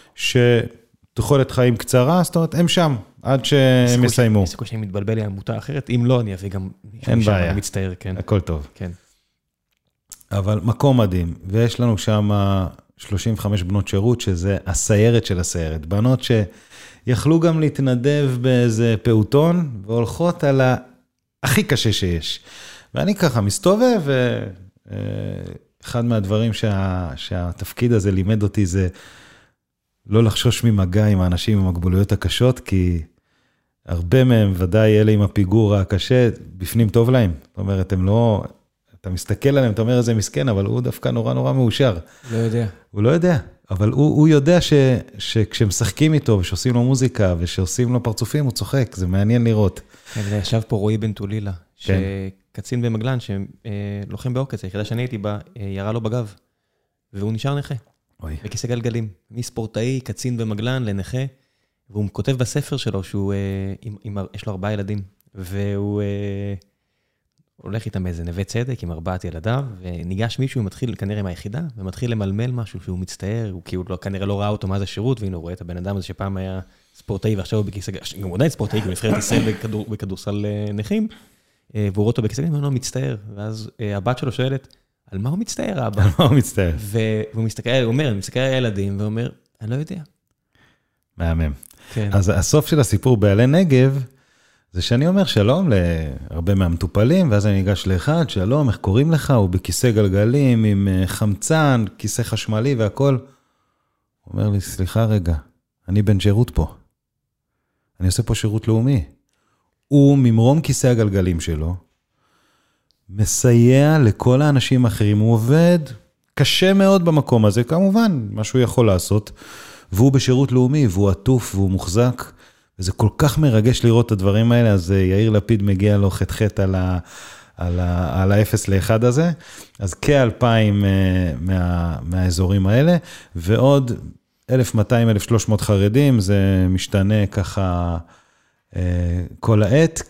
שתוחלת חיים קצרה, זאת אומרת, הם שם, עד שהם יסיימו. יש סיכוי שאני מתבלבל לי עמותה אחרת, אם לא, אני אביא גם אין בעיה. אני מצטער, כן. הכל טוב. כן. אבל מקום מדהים, ויש לנו שם 35 בנות שירות, שזה הסיירת של הסיירת. בנות שיכלו גם להתנדב באיזה פעוטון, והולכות על הכי קשה שיש. ואני ככה מסתובב, אחד מהדברים שהתפקיד הזה לימד אותי זה לא לחשוש ממגע עם האנשים עם המוגבלויות הקשות, כי הרבה מהם, ודאי אלה עם הפיגור הקשה, בפנים טוב להם. זאת אומרת, הם לא, אתה מסתכל עליהם, אתה אומר איזה מסכן, אבל הוא דווקא נורא נורא מאושר. לא יודע. הוא לא יודע, אבל הוא יודע שכשמשחקים איתו, ושעושים לו מוזיקה, ושעושים לו פרצופים, הוא צוחק, זה מעניין לראות. כן, ישב פה רועי בן טולילה, שקצין במגלן, שלוחם בעוקץ, היחידה שאני הייתי בה, ירה לו בגב, והוא נשאר נכה. בכיסא גלגלים. מספורטאי, קצין במגלן לנכה, והוא כותב בספר שלו שהוא, יש לו 4 ילדים, והוא הולך איתם איזה נווה צדק עם 4 ילדיו, וניגש מישהו, מתחיל כנראה מהיחידה, ומתחיל למלמל משהו שהוא מצטער, כי הוא כנראה לא ראה אותו מה זה שירות, והנה הוא רואה את הבן אדם הזה שפעם היה ספורטאי, ועכשיו הוא בכיסא, גם הוא עדיין ספורטאי, הוא נבחרת ישראל בכדורסל נכים, והוא רואה אותו בכיסא, והוא מצטער, ואז הבת שלו שואלת, על מה הוא מצטער, האבא? על מה הוא מצטער? והוא מסתכל, הוא אומר, אני מסתכל על הילדים, ואומר, אני לא יודע. מהמם. כן. אז הסוף של הסיפור בעלי נגב, זה שאני אומר שלום להרבה מהמטופלים, ואז אני ניגש לאחד, שלום, איך קוראים לך? הוא בכיסא גלגלים, עם חמצן, כיסא חשמלי והכל. הוא אומר לי, סליחה רגע, אני בן שירות פה. אני עושה פה שירות לאומי. הוא ממרום כיסא הגלגלים שלו, מסייע לכל האנשים האחרים, הוא עובד קשה מאוד במקום הזה, כמובן, מה שהוא יכול לעשות, והוא בשירות לאומי, והוא עטוף, והוא מוחזק, וזה כל כך מרגש לראות את הדברים האלה, אז יאיר לפיד מגיע לו חטחט על ה-0 ל-1 הזה, אז כ-2,000 מהאזורים האלה, ועוד 1,200-1,300 חרדים, זה משתנה ככה כל העת,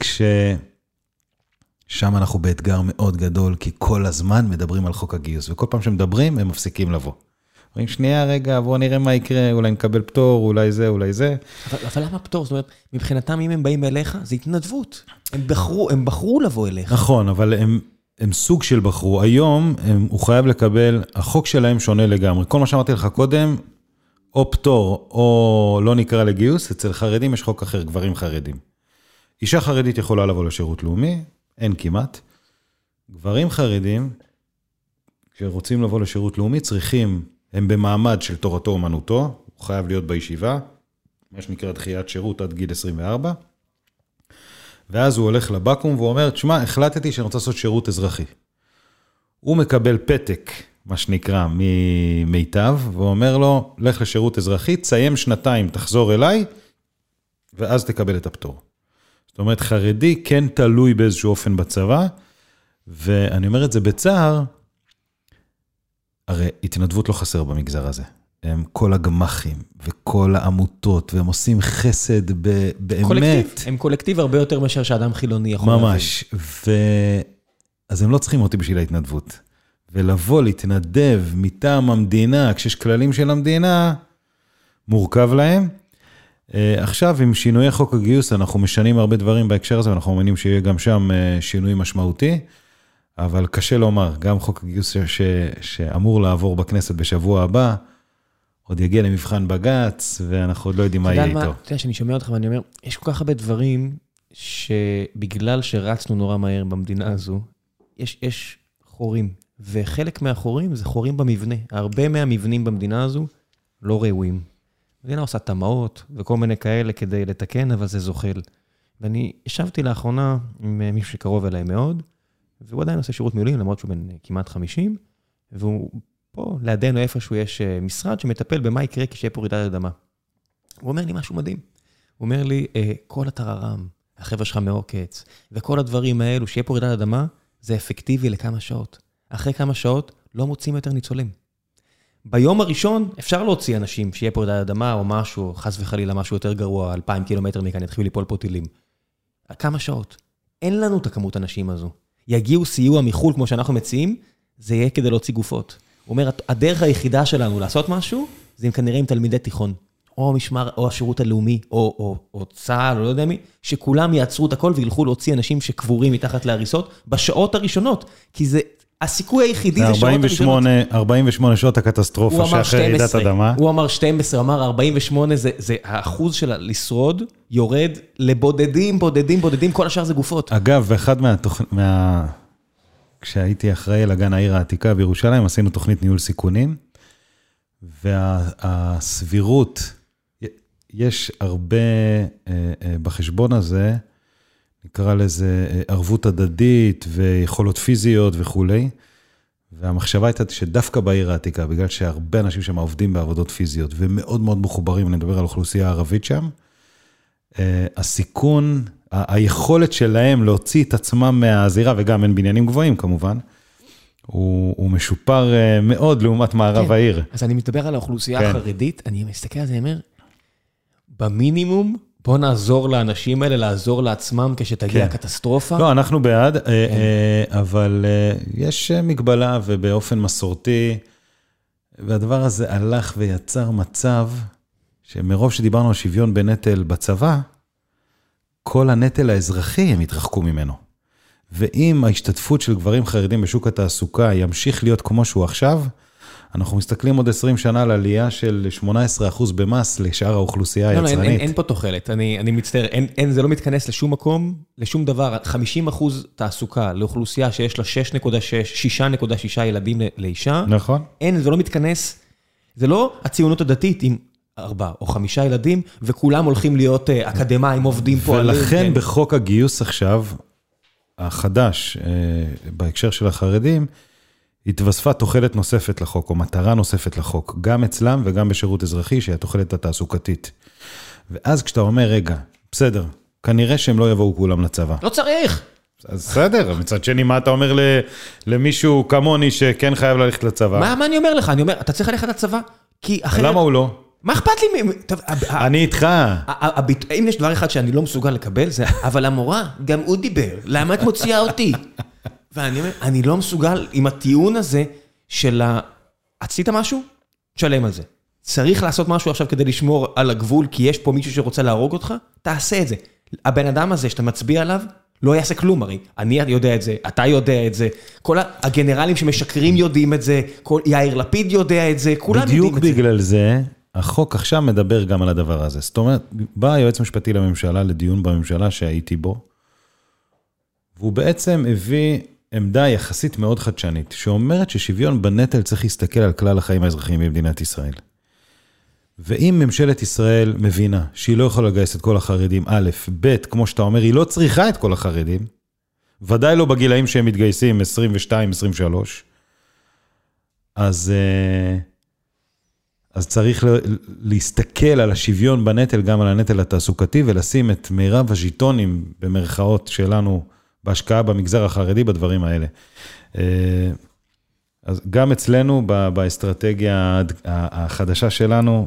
שם אנחנו באתגר מאוד גדול, כי כל הזמן מדברים על חוק הגיוס, וכל פעם שמדברים, הם מפסיקים לבוא. אומרים, שנייה רגע, בואו נראה מה יקרה, אולי נקבל פטור, אולי זה, אולי זה. אבל למה פטור? זאת אומרת, מבחינתם, אם הם באים אליך, זה התנדבות. הם בחרו לבוא אליך. נכון, אבל הם סוג של בחרו. היום, הוא חייב לקבל, החוק שלהם שונה לגמרי. כל מה שאמרתי לך קודם, או פטור, או לא נקרא לגיוס, אצל חרדים יש חוק אחר, גברים חרדים. אישה חרדית יכולה לבוא לשירות לאומי, אין כמעט. גברים חרדים, כשרוצים לבוא לשירות לאומי, צריכים, הם במעמד של תורתו אומנותו, הוא חייב להיות בישיבה, מה שנקרא דחיית שירות עד גיל 24, ואז הוא הולך לבקום והוא אומר, תשמע, החלטתי שאני רוצה לעשות שירות אזרחי. הוא מקבל פתק, מה שנקרא, ממיטב, והוא אומר לו, לך לשירות אזרחי, תסיים 2 תחזור אליי, ואז תקבל את הפטור. זאת אומרת, חרדי כן תלוי באיזשהו אופן בצבא, ואני אומר את זה בצער, הרי התנדבות לא חסר במגזר הזה. הם כל הגמחים וכל העמותות, והם עושים חסד באמת. קולקטיב, הם קולקטיב הרבה יותר מאשר שאדם חילוני יכול להבין. ממש, אז הם לא צריכים אותי בשביל ההתנדבות. ולבוא להתנדב מטעם המדינה, כשיש כללים של המדינה, מורכב להם. עכשיו, עם שינויי חוק הגיוס, אנחנו משנים הרבה דברים בהקשר הזה, ואנחנו מאמינים שיהיה גם שם שינוי משמעותי, אבל קשה לומר, גם חוק הגיוס שאמור לעבור בכנסת בשבוע הבא, עוד יגיע למבחן בגץ, ואנחנו עוד לא יודעים מה יהיה איתו. אתה יודע, שאני שומע אותך ואני אומר, יש כל כך הרבה דברים, שבגלל שרצנו נורא מהר במדינה הזו, יש חורים, וחלק מהחורים זה חורים במבנה. הרבה מהמבנים במדינה הזו לא ראויים. המדינה עושה תמאות וכל מיני כאלה כדי לתקן, אבל זה זוחל. ואני ישבתי לאחרונה עם מישהו שקרוב אליי מאוד, והוא עדיין עושה שירות מילואים, למרות שהוא בן כמעט 50, והוא פה לידינו איפשהו יש משרד שמטפל במה יקרה כשיהיה פה רעידת אדמה. הוא אומר לי משהו מדהים. הוא אומר לי, כל הטררם, החבר'ה שלך מעוקץ, וכל הדברים האלו שיהיה פה רעידת אדמה, זה אפקטיבי לכמה שעות. אחרי כמה שעות לא מוצאים יותר ניצולים. ביום הראשון אפשר להוציא אנשים שיהיה פה רעידת אדמה או משהו, חס וחלילה משהו יותר גרוע, 2,000 קילומטר מכאן יתחילו ליפול פה טילים. כמה שעות? אין לנו את הכמות האנשים הזו. יגיעו סיוע מחול כמו שאנחנו מציעים, זה יהיה כדי להוציא גופות. הוא אומר, הדרך היחידה שלנו לעשות משהו, זה אם כנראה עם תלמידי תיכון, או משמר, או השירות הלאומי, או צה"ל, או לא יודע מי, שכולם יעצרו את הכל וילכו להוציא אנשים שקבורים מתחת להריסות, בשעות הראשונות, כי זה הסיכוי היחידי זה 48 שעות הקטסטרופה שאחרי רעידת אדמה. הוא אמר 12, אמר 48, זה האחוז שלה לשרוד, יורד לבודדים, בודדים, כל השאר זה גופות. אגב, ואחד כשהייתי אחראי על אגן העיר העתיקה בירושלים, עשינו תוכנית ניהול סיכונים, והסבירות, יש הרבה בחשבון הזה, נקרא לזה ערבות הדדית ויכולות פיזיות וכולי, והמחשבה הייתה שדווקא בעיר העתיקה, בגלל שהרבה אנשים שם עובדים בעבודות פיזיות, ומאוד מאוד מחוברים, אני מדבר על אוכלוסייה הערבית שם, הסיכון, היכולת שלהם להוציא את עצמם מהזירה, וגם אין בניינים גבוהים כמובן, הוא משופר מאוד לעומת מערב העיר. אז אני מדבר על האוכלוסייה החרדית, אני מסתכל על זה, אני אומר, במינימום, בוא נעזור לאנשים האלה, לעזור לעצמם כשתגיע הקטסטרופה. לא, אנחנו בעד, אבל יש מגבלה ובאופן מסורתי, והדבר הזה הלך ויצר מצב, שמרוב שדיברנו על שוויון בנטל בצבא, כל הנטל האזרחי הם התרחקו ממנו. ואם ההשתתפות של גברים חרדים בשוק התעסוקה ימשיך להיות כמו שהוא עכשיו, אנחנו מסתכלים עוד 20 שנה על עלייה של 18% במס לשאר האוכלוסייה היצרנית. לא, אין פה תוחלת, אני מצטער, זה לא מתכנס לשום מקום, לשום דבר, 50% תעסוקה לאוכלוסייה שיש לה 6.6 ילדים לאישה. נכון. זה לא מתכנס, זה לא הציונות הדתית עם 4 או 5 ילדים, וכולם הולכים להיות אקדמיים, עובדים פה. ולכן בחוק הגיוס עכשיו, החדש, בהקשר של החרדים, התווספה תוחלת נוספת לחוק, או מטרה נוספת לחוק, גם אצלם וגם בשירות אזרחי, שהיא התוחלת התעסוקתית. ואז כשאתה אומר, רגע, בסדר, כנראה שהם לא יבואו כולם לצבא. לא צריך. אז בסדר, מצד שני, מה אתה אומר למישהו כמוני שכן חייב ללכת לצבא? מה אני אומר לך? אני אומר, אתה צריך ללכת לצבא? למה הוא לא? מה אכפת לי? אני איתך. אם יש דבר אחד שאני לא מסוגל לקבל, זה, אבל המורה, גם הוא דיבר, למה את מוציאה אותי? ואני אומר, אני לא מסוגל עם הטיעון הזה של עשית משהו? תשלם על זה. צריך לעשות משהו עכשיו כדי לשמור על הגבול, כי יש פה מישהו שרוצה להרוג אותך? תעשה את זה. הבן אדם הזה שאתה מצביע עליו, לא יעשה כלום הרי. אני יודע את זה, אתה יודע את זה, כל הגנרלים שמשקרים יודעים את זה, כל יאיר לפיד יודע את זה, כולם יודעים את זה. בדיוק בגלל זה, החוק עכשיו מדבר גם על הדבר הזה. זאת אומרת, בא היועץ המשפטי לממשלה לדיון בממשלה שהייתי בו, והוא בעצם הביא עמדה יחסית מאוד חדשנית, שאומרת ששוויון בנטל צריך להסתכל על כלל החיים האזרחיים במדינת ישראל. ואם ממשלת ישראל מבינה שהיא לא יכולה לגייס את כל החרדים, א', ב', כמו שאתה אומר, היא לא צריכה את כל החרדים, ודאי לא בגילאים שהם מתגייסים, 22, 23, אז צריך להסתכל על השוויון בנטל, גם על הנטל התעסוקתי, ולשים את מירב הז'יטונים במרכאות שלנו, בהשקעה במגזר החרדי, בדברים האלה. אז גם אצלנו, באסטרטגיה החדשה שלנו,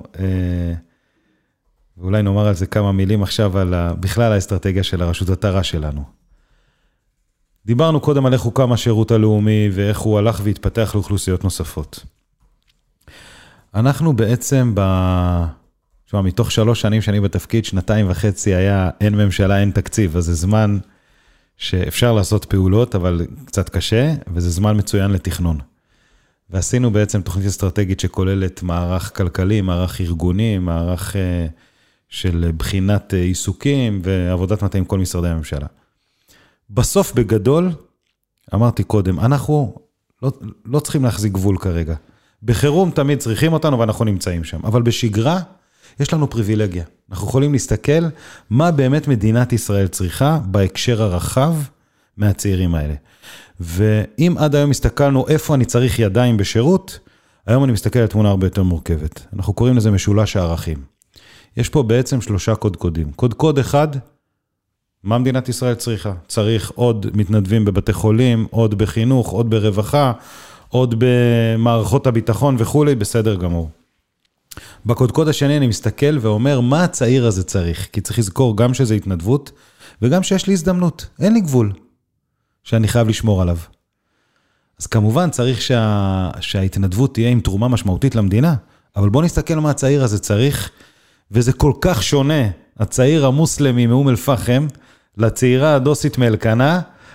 ואולי נאמר על זה כמה מילים עכשיו, בכלל האסטרטגיה של הרשות התרה שלנו. דיברנו קודם על איך הוקם השירות הלאומי, ואיך הוא הלך והתפתח לאוכלוסיות נוספות. אנחנו בעצם, מתוך 3 שנים שאני בתפקיד, 2.5 היה אין ממשלה, אין תקציב, אז זה זמן שאפשר לעשות פעולות, אבל קצת קשה, וזה זמן מצוין לתכנון. ועשינו בעצם תוכנית אסטרטגית שכוללת מערך כלכלי, מערך ארגוני, מערך של בחינת עיסוקים, ועבודת מטה עם כל משרדי הממשלה. בסוף בגדול, אמרתי קודם, אנחנו לא צריכים להחזיק גבול כרגע. בחירום תמיד צריכים אותנו ואנחנו נמצאים שם, אבל בשגרה יש לנו פריבילגיה. אנחנו יכולים להסתכל מה באמת מדינת ישראל צריכה בהקשר הרחב מהצעירים האלה. ואם עד היום הסתכלנו איפה אני צריך ידיים בשירות, היום אני מסתכל על תמונה הרבה יותר מורכבת. אנחנו קוראים לזה משולש הערכים. יש פה בעצם 3 קודקודים. קודקוד אחד, מה מדינת ישראל צריכה? צריך עוד מתנדבים בבתי חולים, עוד בחינוך, עוד ברווחה, עוד במערכות הביטחון וכו', בסדר גמור. בקודקוד השני אני מסתכל ואומר, מה הצעיר הזה צריך? כי צריך לזכור גם שזה התנדבות, וגם שיש לי הזדמנות. אין לי גבול שאני חייב לשמור עליו. אז כמובן צריך שההתנדבות תהיה עם תרומה משמעותית למדינה, אבל בוא נסתכל מה הצעיר הזה צריך, וזה כל כך שונה, הצעיר המוסלמי מאום אל-פחם, לצעירה הדוסית מאלקנה,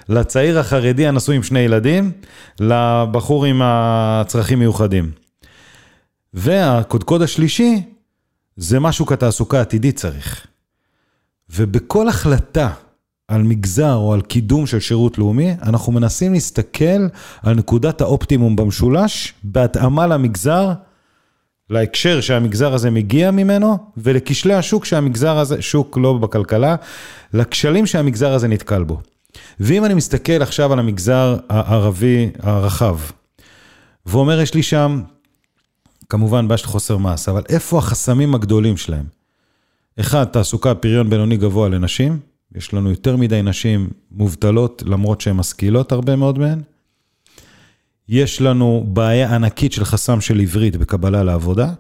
לצעיר החרדי הנשוי עם 2 ילדים, לבחור עם הצרכים מיוחדים. והקודקוד השלישי, זה משהו כתעסוקה עתידית צריך. ובכל החלטה על מגזר או על קידום של שירות לאומי, אנחנו מנסים להסתכל על נקודת האופטימום במשולש, בהתאמה למגזר, להקשר שהמגזר הזה מגיע ממנו, ולכשלי השוק שהמגזר הזה, שוק לא בכלכלה, לכשלים שהמגזר הזה נתקל בו. ואם אני מסתכל עכשיו על המגזר הערבי הרחב, ואומר יש לי שם, כמובן בעיה של חוסר מס, אבל איפה החסמים הגדולים שלהם? אחד, תעסוקה, פריון בינוני גבוה לנשים, יש לנו יותר מדי נשים מובטלות, למרות שהן משכילות הרבה מאוד מהן. יש לנו בעיה ענקית של חסם של עברית בקבלה לעבודה.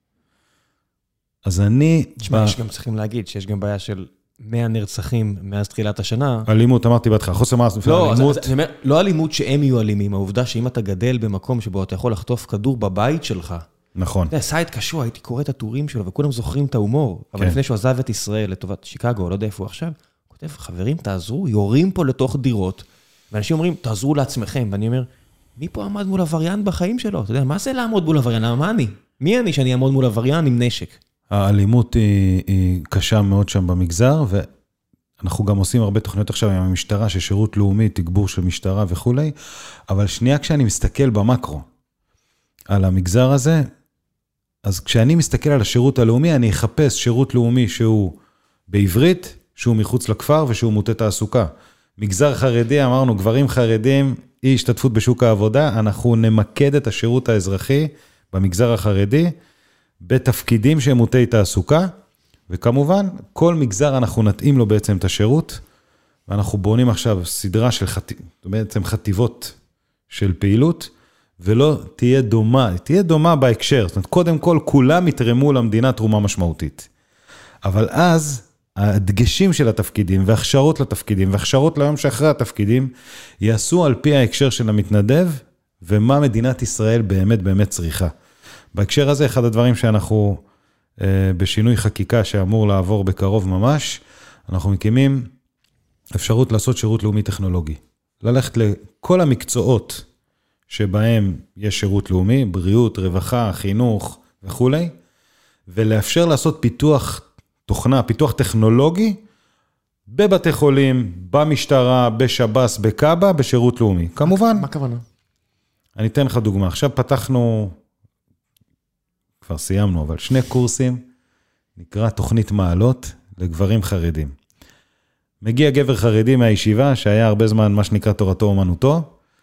אז אני... תשמע, יש גם צריכים להגיד שיש גם בעיה של 100 נרצחים מאז תחילת השנה. אלימות, אמרתי בהתחלה, חוסר מעש. לא אלימות שהם יהיו אלימים, העובדה שאם אתה גדל במקום שבו אתה יכול לחטוף כדור בבית שלך, נכון. אתה יודע, סייד קשוע, הייתי קורא את הטורים שלו, וכולם זוכרים את ההומור, אבל לפני שהוא עזב את ישראל לטובת שיקגו, לא יודע איפה הוא עכשיו, הוא כותב, חברים, תעזרו, יורים פה לתוך דירות, ואנשים אומרים, תעזרו לעצמכם, ואני אומר, מי פה עמד מול עבריין בחיים שלו? אתה יודע, מה זה לעמוד מול עבריין? מה אני? מי אני שאני אעמוד מול עבריין עם נשק? האלימות היא קשה מאוד שם במגזר, ואנחנו גם עושים הרבה תוכניות עכשיו עם המשטרה, ששירות לאומי, תגבור של משטרה וכו'. אבל שנייה כשאני מסתכל במקרו על המגזר הזה, אז כשאני מסתכל על השירות הלאומי, אני אחפש שירות לאומי שהוא בעברית, שהוא מחוץ לכפר ושהוא מוטה תעסוקה. מגזר חרדי, אמרנו, גברים חרדים, אי השתתפות בשוק העבודה, אנחנו נמקד את השירות האזרחי במגזר החרדי, בתפקידים שהם מוטי תעסוקה, וכמובן, כל מגזר אנחנו נתאים לו בעצם את השירות, ואנחנו בונים עכשיו סדרה של בעצם חטיבות של פעילות, ולא תהיה דומה, תהיה דומה בהקשר, זאת אומרת, קודם כל, כולם יתרמו למדינה תרומה משמעותית. אבל אז, הדגשים של התפקידים, והכשרות לתפקידים, והכשרות ליום שאחרי התפקידים, יעשו על פי ההקשר של המתנדב, ומה מדינת ישראל באמת באמת צריכה. בהקשר הזה, אחד הדברים שאנחנו, בשינוי חקיקה שאמור לעבור בקרוב ממש, אנחנו מקימים אפשרות לעשות שירות לאומי טכנולוגי. ללכת לכל המקצועות שבהם יש שירות לאומי, בריאות, רווחה, חינוך וכו', ולאפשר לעשות פיתוח תוכנה, פיתוח טכנולוגי, בבתי חולים, במשטרה, בשב"ס, בקב"א, בשירות לאומי. כמובן. מה הכוונה? אני אתן לך דוגמה. עכשיו פתחנו, כבר סיימנו, אבל 2 קורסים, נקרא תוכנית מעלות לגברים חרדים. מגיע גבר חרדי מהישיבה, שהיה הרבה זמן מה שנקרא תורתו אומנותו,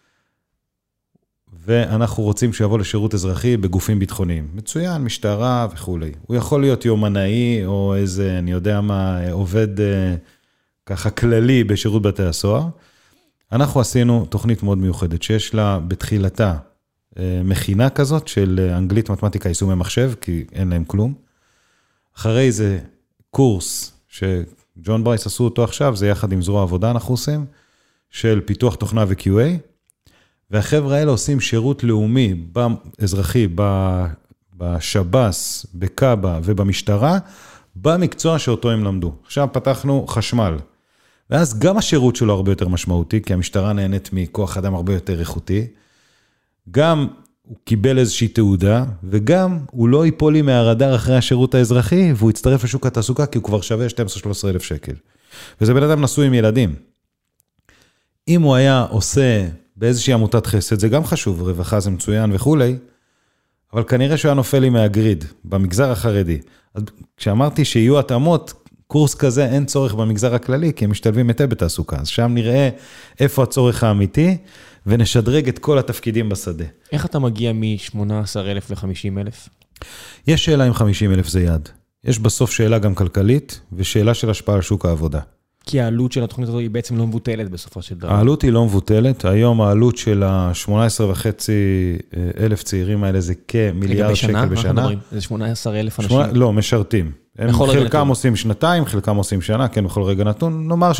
ואנחנו רוצים שיבוא לשירות אזרחי בגופים ביטחוניים. מצוין, משטרה וכו'. הוא יכול להיות יומנאי, או איזה, אני יודע מה, עובד ככה כללי בשירות בתי הסוהר. אנחנו עשינו תוכנית מאוד מיוחדת, שיש לה בתחילתה מכינה כזאת של אנגלית, מתמטיקה, יישומי מחשב, כי אין להם כלום. אחרי זה קורס שג'ון ברייס עשו אותו עכשיו, זה יחד עם זרוע עבודה אנחנו עושים, של פיתוח תוכנה ו-QA, והחבר'ה האלה עושים שירות לאומי אזרחי בשב"ס, בקב"א ובמשטרה, במקצוע שאותו הם למדו. עכשיו פתחנו חשמל, ואז גם השירות שלו הרבה יותר משמעותי, כי המשטרה נהנית מכוח אדם הרבה יותר איכותי, גם הוא קיבל איזושהי תעודה, וגם הוא לא ייפול לי מהרדאר אחרי השירות האזרחי, והוא יצטרף לשוק התעסוקה, כי הוא כבר שווה 12-13 אלף שקל. וזה בן אדם נשוי עם ילדים. אם הוא היה עושה באיזושהי עמותת חסד, זה גם חשוב, רווחה זה מצוין וכו', אבל כנראה שהוא היה נופל לי מהגריד, במגזר החרדי. אז כשאמרתי שיהיו התאמות, קורס כזה אין צורך במגזר הכללי, כי הם משתלבים היטב בתעסוקה. אז שם נראה איפה הצורך האמיתי, ונשדרג את כל התפקידים בשדה. איך אתה מגיע מ-18,000 ל-50,000? יש שאלה אם 50,000 זה יעד. יש בסוף שאלה גם כלכלית, ושאלה של השפעה על שוק העבודה. כי העלות של התוכנית הזו היא בעצם לא מבוטלת בסופו של דבר. העלות היא לא מבוטלת. היום העלות של ה-18,500 צעירים האלה זה כמיליארד שקל בשנה. זה 18,000 אנשים. לא, משרתים. חלקם עושים שנתיים, חלקם עושים שנה, כן, בכל רגע נתון. נאמר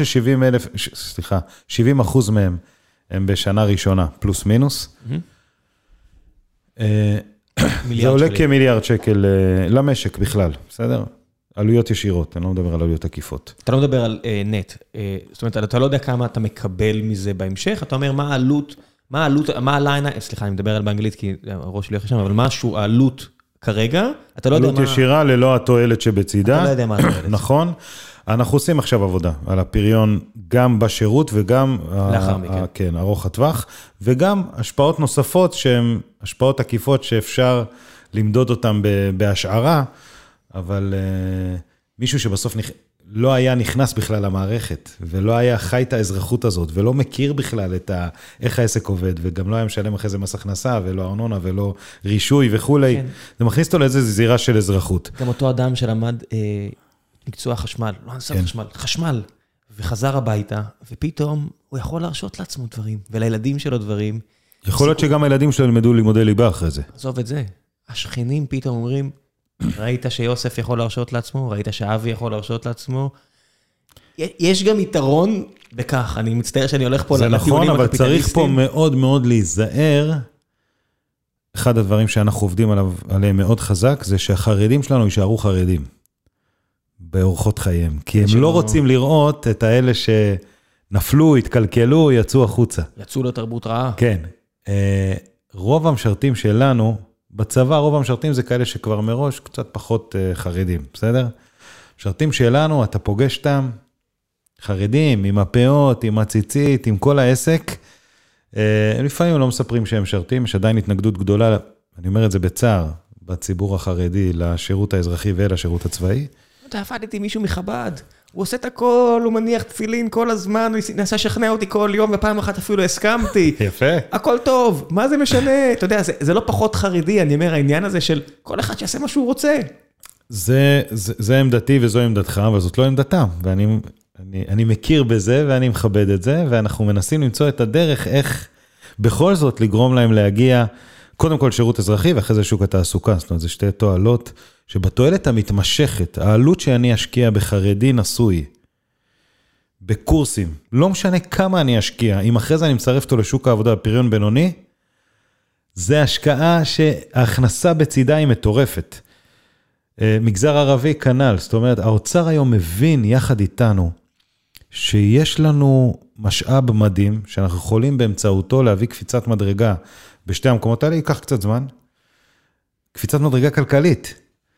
ש70% מהם הם בשנה ראשונה, פלוס מינוס. זה עולה כמיליארד שקל למשק בכלל, בסדר? עלויות ישירות, אני לא מדבר על עלויות עקיפות. אתה לא מדבר על נט, זאת אומרת, אתה לא יודע כמה אתה מקבל מזה בהמשך, אתה אומר מה העלות, מה הליינה, סליחה, אני מדבר על באנגלית, כי הראש שלי הולך שם, אבל משהו, העלות כרגע, אתה לא יודע מה... עלות ישירה ללא התועלת שבצידה. אתה לא יודע מה התועלת. נכון. אנחנו עושים עכשיו עבודה על הפריון גם בשירות וגם כן, ארוך הטווח, וגם השפעות נוספות שהן השפעות עקיפות שאפשר למדוד אותן בהשערה, אבל מישהו שבסוף לא היה נכנס בכלל למערכת, ולא היה חי את האזרחות הזאת, ולא מכיר בכלל איך העסק עובד, וגם לא היה משלם אחרי זה מס הכנסה, ולא ארנונה, ולא רישוי וכו'. כן. זה מכניס אותו לאיזו זירה של אזרחות. גם אותו אדם שלמד מקצוע חשמל, לא נסף כן. חשמל, וחזר הביתה, ופתאום הוא יכול להרשות לעצמו דברים, ולילדים שלו דברים. יכול להיות שגם הילדים שלו ילמדו לימודי ליבה אחרי זה. עזוב את זה. השכנים פתאום אומרים, ראית שיוסף יכול להרשות לעצמו, ראית שאבי יכול להרשות לעצמו. יש גם יתרון בכך, אני מצטער שאני הולך פה לטיעונים הקפיטליסטיים. זה נכון, אבל צריך פה מאוד מאוד להיזהר. אחד הדברים שאנחנו עובדים עליהם מאוד חזק, זה שהחרדים שלנו יישארו חרדים. באורחות חייהם. כי הם לא רוצים לראות את האלה שנפלו, התקלקלו, יצאו החוצה. יצאו לתרבות רעה. כן. רוב המשרתים שלנו, בצבא רוב המשרתים זה כאלה שכבר מראש קצת פחות חרדים, בסדר? משרתים שלנו, אתה פוגש אותם, חרדים, עם הפאות, עם הציצית, עם כל העסק. לפעמים לא מספרים שהם משרתים, יש עדיין התנגדות גדולה, אני אומר את זה בצער, בציבור החרדי, לשירות האזרחי ולשירות הצבאי. אתה הפעדתי מישהו מחב"ד, הוא עושה את הכל, הוא מניח תפילין כל הזמן, הוא נסה לשכנע אותי כל יום, ופעם אחת אפילו הסכמתי. יפה. הכל טוב, מה זה משנה? אתה יודע, זה לא פחות חרדי, אני אומר, העניין הזה של כל אחד שיעשה מה שהוא רוצה. זה עמדתי וזו עמדתך, אבל זאת לא עמדתם, ואני מכיר בזה, ואני מכבד את זה, ואנחנו מנסים למצוא את הדרך, איך בכל זאת לגרום להם להגיע, קודם כל שירות אזרחי, ואחרי זה שוק התעסוקה, זאת אומרת, זה שתי תועלות, שבתועלת המתמשכת, העלות שאני אשקיע בחרדי נשוי, בקורסים, לא משנה כמה אני אשקיע, אם אחרי זה אני מצרף אותו לשוק העבודה בפריון בינוני, זה השקעה שההכנסה בצידה היא מטורפת. מגזר ערבי כנל, זאת אומרת, האוצר היום מבין יחד איתנו, שיש לנו משאב מדהים, שאנחנו יכולים באמצעותו להביא קפיצת מדרגה, בשתי המקומות האלה ייקח קצת זמן, קפיצת מדרגה כלכלית,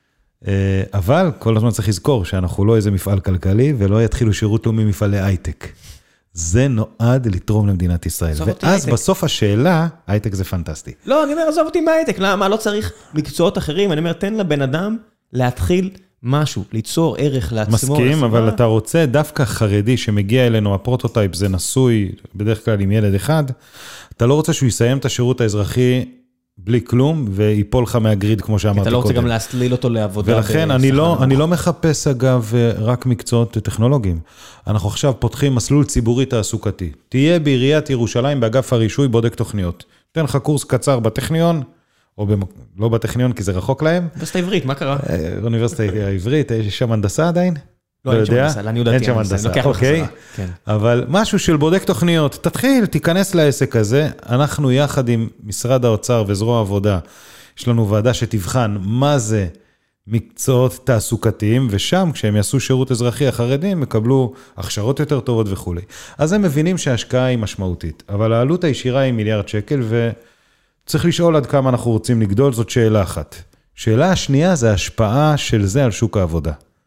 אבל כל הזמן צריך לזכור שאנחנו לא איזה מפעל כלכלי, ולא יתחילו שירות לאומי מפעלי הייטק. זה נועד לתרום למדינת ישראל. ואז בסוף השאלה, הייטק זה פנטסטי. לא, אני אומר, עזוב אותי מהייטק, למה? לא צריך מקצועות אחרים, אני אומר, תן לבן אדם להתחיל משהו, ליצור ערך לעצמו. מסכים, אבל אתה רוצה דווקא חרדי שמגיע אלינו, הפרוטוטייפ זה נשוי, בדרך כלל עם ילד אחד, אתה לא רוצה שהוא יסיים את השירות האזרחי בלי כלום, ויפול לך מהגריד, כמו שאמרתי קודם. אתה לא רוצה גם להסליל אותו לעבודה. ולכן אני לא מחפש, אגב, רק מקצועות טכנולוגיים. אנחנו עכשיו פותחים מסלול ציבורי תעסוקתי. תהיה בעיריית ירושלים, באגף הרישוי, בודק תוכניות. תן לך קורס קצר בטכניון, או לא בטכניון, כי זה רחוק להם. אוניברסיטה העברית, מה קרה? אוניברסיטה העברית, יש שם הנדסה עדיין? לא, אין שם הנדסה, אני יודעתי הנדסה, לוקח בחזרה. אבל משהו של בודק תוכניות, תתחיל, תיכנס לעסק הזה, אנחנו יחד עם משרד האוצר וזרוע העבודה, יש לנו ועדה שתבחן מה זה מקצועות תעסוקתיים, ושם כשהם יעשו שירות אזרחי החרדים, מקבלו הכשרות יותר טובות וכו'. אז הם מבינים שההשקעה היא משמעותית, אבל העלות הישירה היא מיליארד שקל, וצריך לשאול עד כמה אנחנו רוצים לגדול, זאת שאלה אחת. שאלה השנייה זה ההשפעה של זה על שוק העבודה.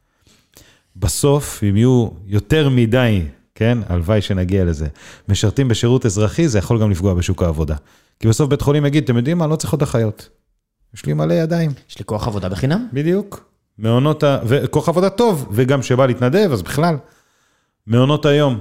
בסוף, אם יהיו יותר מדי, כן, הלוואי שנגיע לזה, משרתים בשירות אזרחי, זה יכול גם לפגוע בשוק העבודה. כי בסוף בית חולים יגיד, אתם יודעים מה, לא צריך עוד אחיות. יש לי מלא ידיים. יש לי כוח עבודה בחינם? בדיוק. וכוח עבודה טוב, וגם שבא להתנדב, אז בכלל. מעונות היום.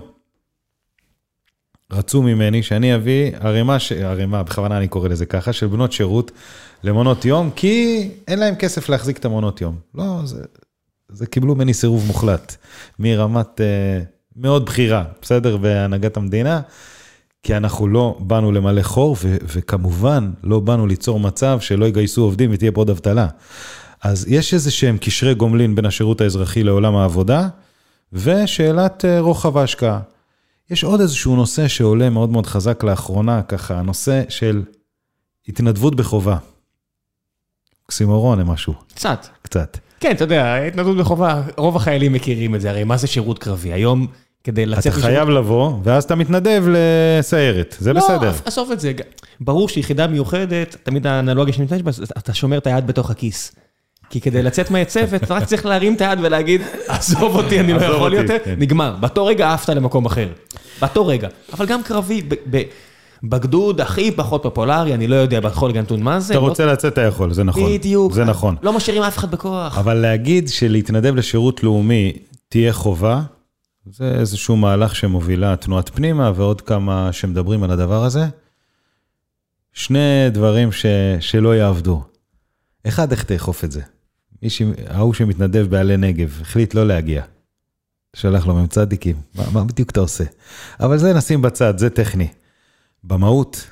רצו ממני שאני אביא ערימה, בכוונה אני קורא לזה ככה, של בנות שירות למעונות יום, כי אין להם כסף להחזיק את המעונות יום. לא, זה קיבלו מני סירוב מוחלט, מרמת מאוד בחירה, בסדר, בהנהגת המדינה, כי אנחנו לא באנו למלא חור, וכמובן לא באנו ליצור מצב שלא יגייסו עובדים ותהיה פה עוד אבטלה. אז יש איזה שהם קשרי גומלין בין השירות האזרחי לעולם העבודה, ושאלת רוחב ההשקעה. יש עוד איזשהו נושא שעולה מאוד מאוד חזק לאחרונה, ככה, הנושא של התנדבות בחובה. אוקסימורון, משהו. קצת. קצת. כן, אתה יודע, התנדבות בחובה, רוב החיילים מכירים את זה, הרי מה זה שירות קרבי? היום, כדי לצאת... אתה חייב לבוא, ואז אתה מתנדב לסיירת, זה בסדר. לא, עזוב את זה. ברור שיחידה מיוחדת, תמיד האנלוגיה שנתנש בה, אתה שומר את היד בתוך הכיס. כי כדי לצאת מהצוות, אתה רק צריך להרים את היד ולהגיד, עזוב אותי, אני לא יכול יותר, נגמר. באותו רגע עפת למקום אחר. באותו רגע. אבל גם קרבי, בגדוד הכי פחות פופולרי, אני לא יודע בכל גנטון מה זה. אתה רוצה לצאת, אתה יכול, זה נכון. בדיוק. זה נכון. לא משאירים אף אחד בכוח. אבל להגיד שלהתנדב לשירות לאומי תהיה חובה, זה איזשהו מהלך שמובילה תנועת פנימה, ועוד כמה שמדברים על הדבר הזה. שני דברים שלא יעבדו. אחד, איך תאכוף את זה? ההוא שמתנדב בעלי נגב, החליט לא להגיע. שלח לו מצדיקים. מה בדיוק אתה עושה? אבל זה נשים בצד, זה טכני. במהות,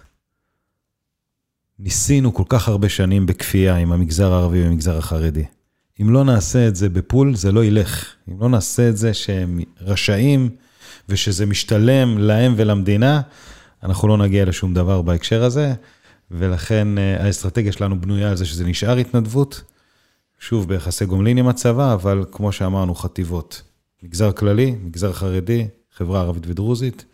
ניסינו כל כך הרבה שנים בכפייה עם המגזר הערבי והמגזר החרדי. אם לא נעשה את זה בפול, זה לא ילך. אם לא נעשה את זה שהם רשאים, ושזה משתלם להם ולמדינה, אנחנו לא נגיע לשום דבר בהקשר הזה, ולכן האסטרטגיה שלנו בנויה על זה שזה נשאר התנדבות, שוב ביחסי גומלין עם הצבא, אבל כמו שאמרנו, חטיבות. מגזר כללי, מגזר חרדי, חברה ערבית ודרוזית,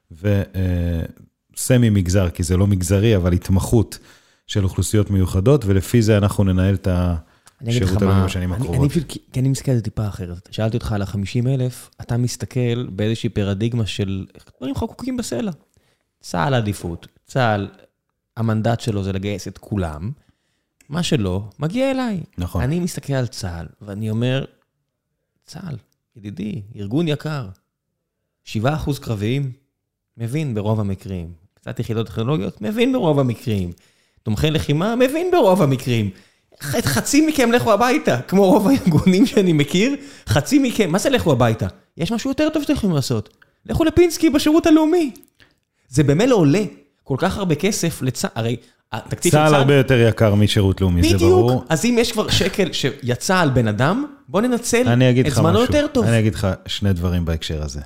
וסמי מגזר, כי זה לא מגזרי, אבל התמחות של אוכלוסיות מיוחדות, ולפי זה אנחנו ננהל את השירות הלאומי בשנים הקרובות. כי אני מסתכל על זה טיפה אחרת. שאלתי אותך על ה-50,000, אתה מסתכל באיזושהי פרדיגמה של דברים חקוקים בסלע. צה"ל עדיפות. צה"ל, המנדט שלו זה לגייס את כולם. מה שלא, מגיע אליי. נכון. אני מסתכל על צה"ל, ואני אומר, צה"ל, ידידי, ארגון יקר, 7% קרביים, מבין ברוב המקרים. קצת יחידות טכנולוגיות, מבין ברוב המקרים. תומכי לחימה, מבין ברוב המקרים. חצי מכם לכו הביתה, כמו רוב הארגונים שאני מכיר, חצי מכם, מה זה לכו הביתה? יש משהו יותר טוב שאתם יכולים לעשות. לכו לפינסקי בשירות הלאומי. זה במילא עולה כל כך הרבה כסף הרי צה"ל הרבה יותר יקר משירות לאומי, זה ברור. בדיוק, אז אם יש כבר שקל שיצא על בן אדם, בוא ננצל את זמנו יותר טוב. אני אגיד לך שני דברים בהקשר הזה.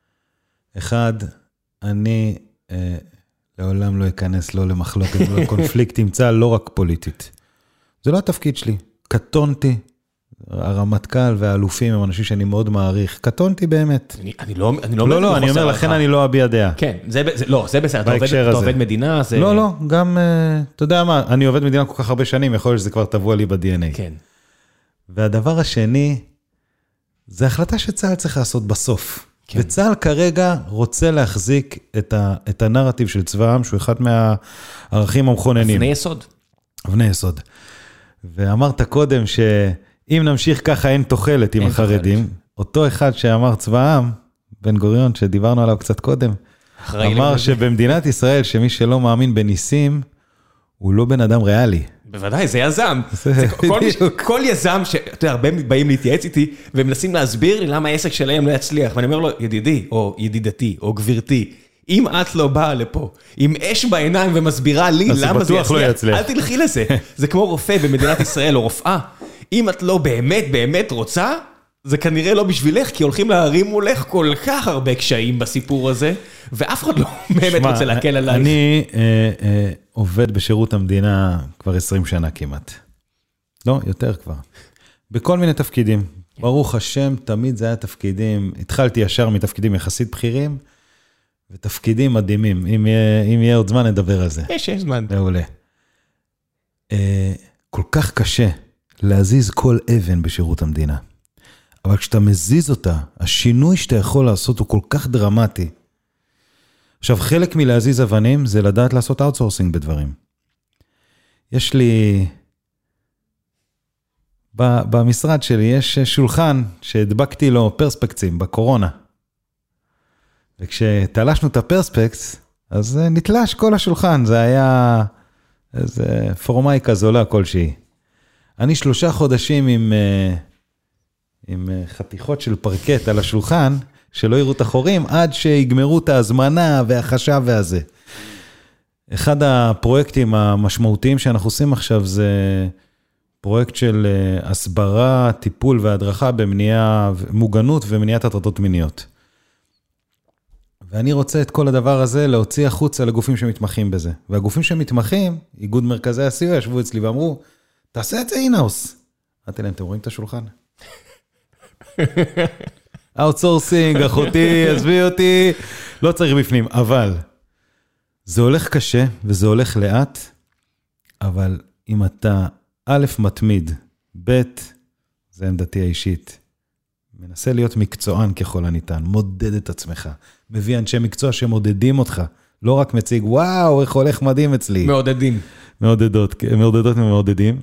אחד, אני לעולם לא אכנס לא למחלוקת, לא לקונפליקט עם צה"ל, לא רק פוליטית. זה לא התפקיד שלי. קטונתי, הרמטכ"ל והאלופים הם אנשים שאני מאוד מעריך. קטונתי באמת. אני לא לא, אני אומר, לכן אני לא אביע דעה. כן, זה בסדר, אתה עובד מדינה. לא, גם, אתה יודע מה, אני עובד מדינה כל כך הרבה שנים, יכול להיות שזה כבר טבוע לי ב-DNA. כן. והדבר השני, זה החלטה שצה"ל צריך לעשות בסוף. וצה"ל כרגע רוצה להחזיק את הנרטיב של צבא העם, שהוא אחד מהערכים המכוננים. אבני יסוד. אבני יסוד. ואמרת קודם שאם נמשיך ככה אין תוחלת עם החרדים, אותו אחד שאמר צבא העם, בן גוריון, שדיברנו עליו קצת קודם, אמר שבמדינת ישראל, שמי שלא מאמין בניסים, הוא לא בן אדם ריאלי. בוודאי, זה יזם. כל יזם, שאתה יודע, הרבה באים להתייעץ איתי, ומנסים להסביר לי למה העסק שלהם לא יצליח, ואני אומר לו, ידידי, או ידידתי, או גבירתי, אם את לא באה לפה, עם אש בעיניים ומסבירה לי למה זה יצליח, אל תלכי לזה. זה כמו רופא במדינת ישראל, או רופאה. אם את לא באמת, באמת רוצה, זה כנראה לא בשבילך, כי הולכים להרים מולך כל כך הרבה קשיים בסיפור הזה, ואף אחד לא באמת רוצה להקל עלייך. אני עובד בשירות המדינה כבר 20 שנה כמעט. לא, יותר כבר. בכל מיני תפקידים. ברוך השם, תמיד זה היה תפקידים, התחלתי ישר מתפקידים יחסית בכירים, ותפקידים מדהימים. אם יהיה עוד זמן, נדבר על זה. יש זמן. מעולה. כל כך קשה להזיז כל אבן בשירות המדינה. אבל כשאתה מזיז אותה, השינוי שאתה יכול לעשות הוא כל כך דרמטי. עכשיו, חלק מלהזיז אבנים זה לדעת לעשות אאוטסורסינג בדברים. יש לי, במשרד שלי יש שולחן שהדבקתי לו פרספקטים בקורונה. וכשתלשנו את הפרספקטס, אז נתלש כל השולחן, זה היה איזה פורמייקה זולה כלשהי. אני 3 חודשים עם חתיכות של פרקט על השולחן, שלא יראו את החורים, עד שיגמרו את ההזמנה והחשב והזה. אחד הפרויקטים המשמעותיים שאנחנו עושים עכשיו, זה פרויקט של הסברה, טיפול והדרכה במניעה, מוגנות ומניעת הטרדות מיניות. ואני רוצה את כל הדבר הזה להוציא החוצה לגופים שמתמחים בזה. והגופים שמתמחים, איגוד מרכזי הסיוע, ישבו אצלי ואמרו, תעשה את זה אינאוס. אמרתי להם, אתם רואים את השולחן? אאוטסורסינג, אחותי, עזבי אותי, לא צריך בפנים, אבל זה הולך קשה וזה הולך לאט, אבל אם אתה א' מתמיד, ב' זה עמדתי האישית, מנסה להיות מקצוען ככל הניתן, מודד את עצמך, מביא אנשי מקצוע שמודדים אותך, לא רק מציג, וואו, איך הולך מדהים אצלי. מעודדים. מעודדות ומעודדים.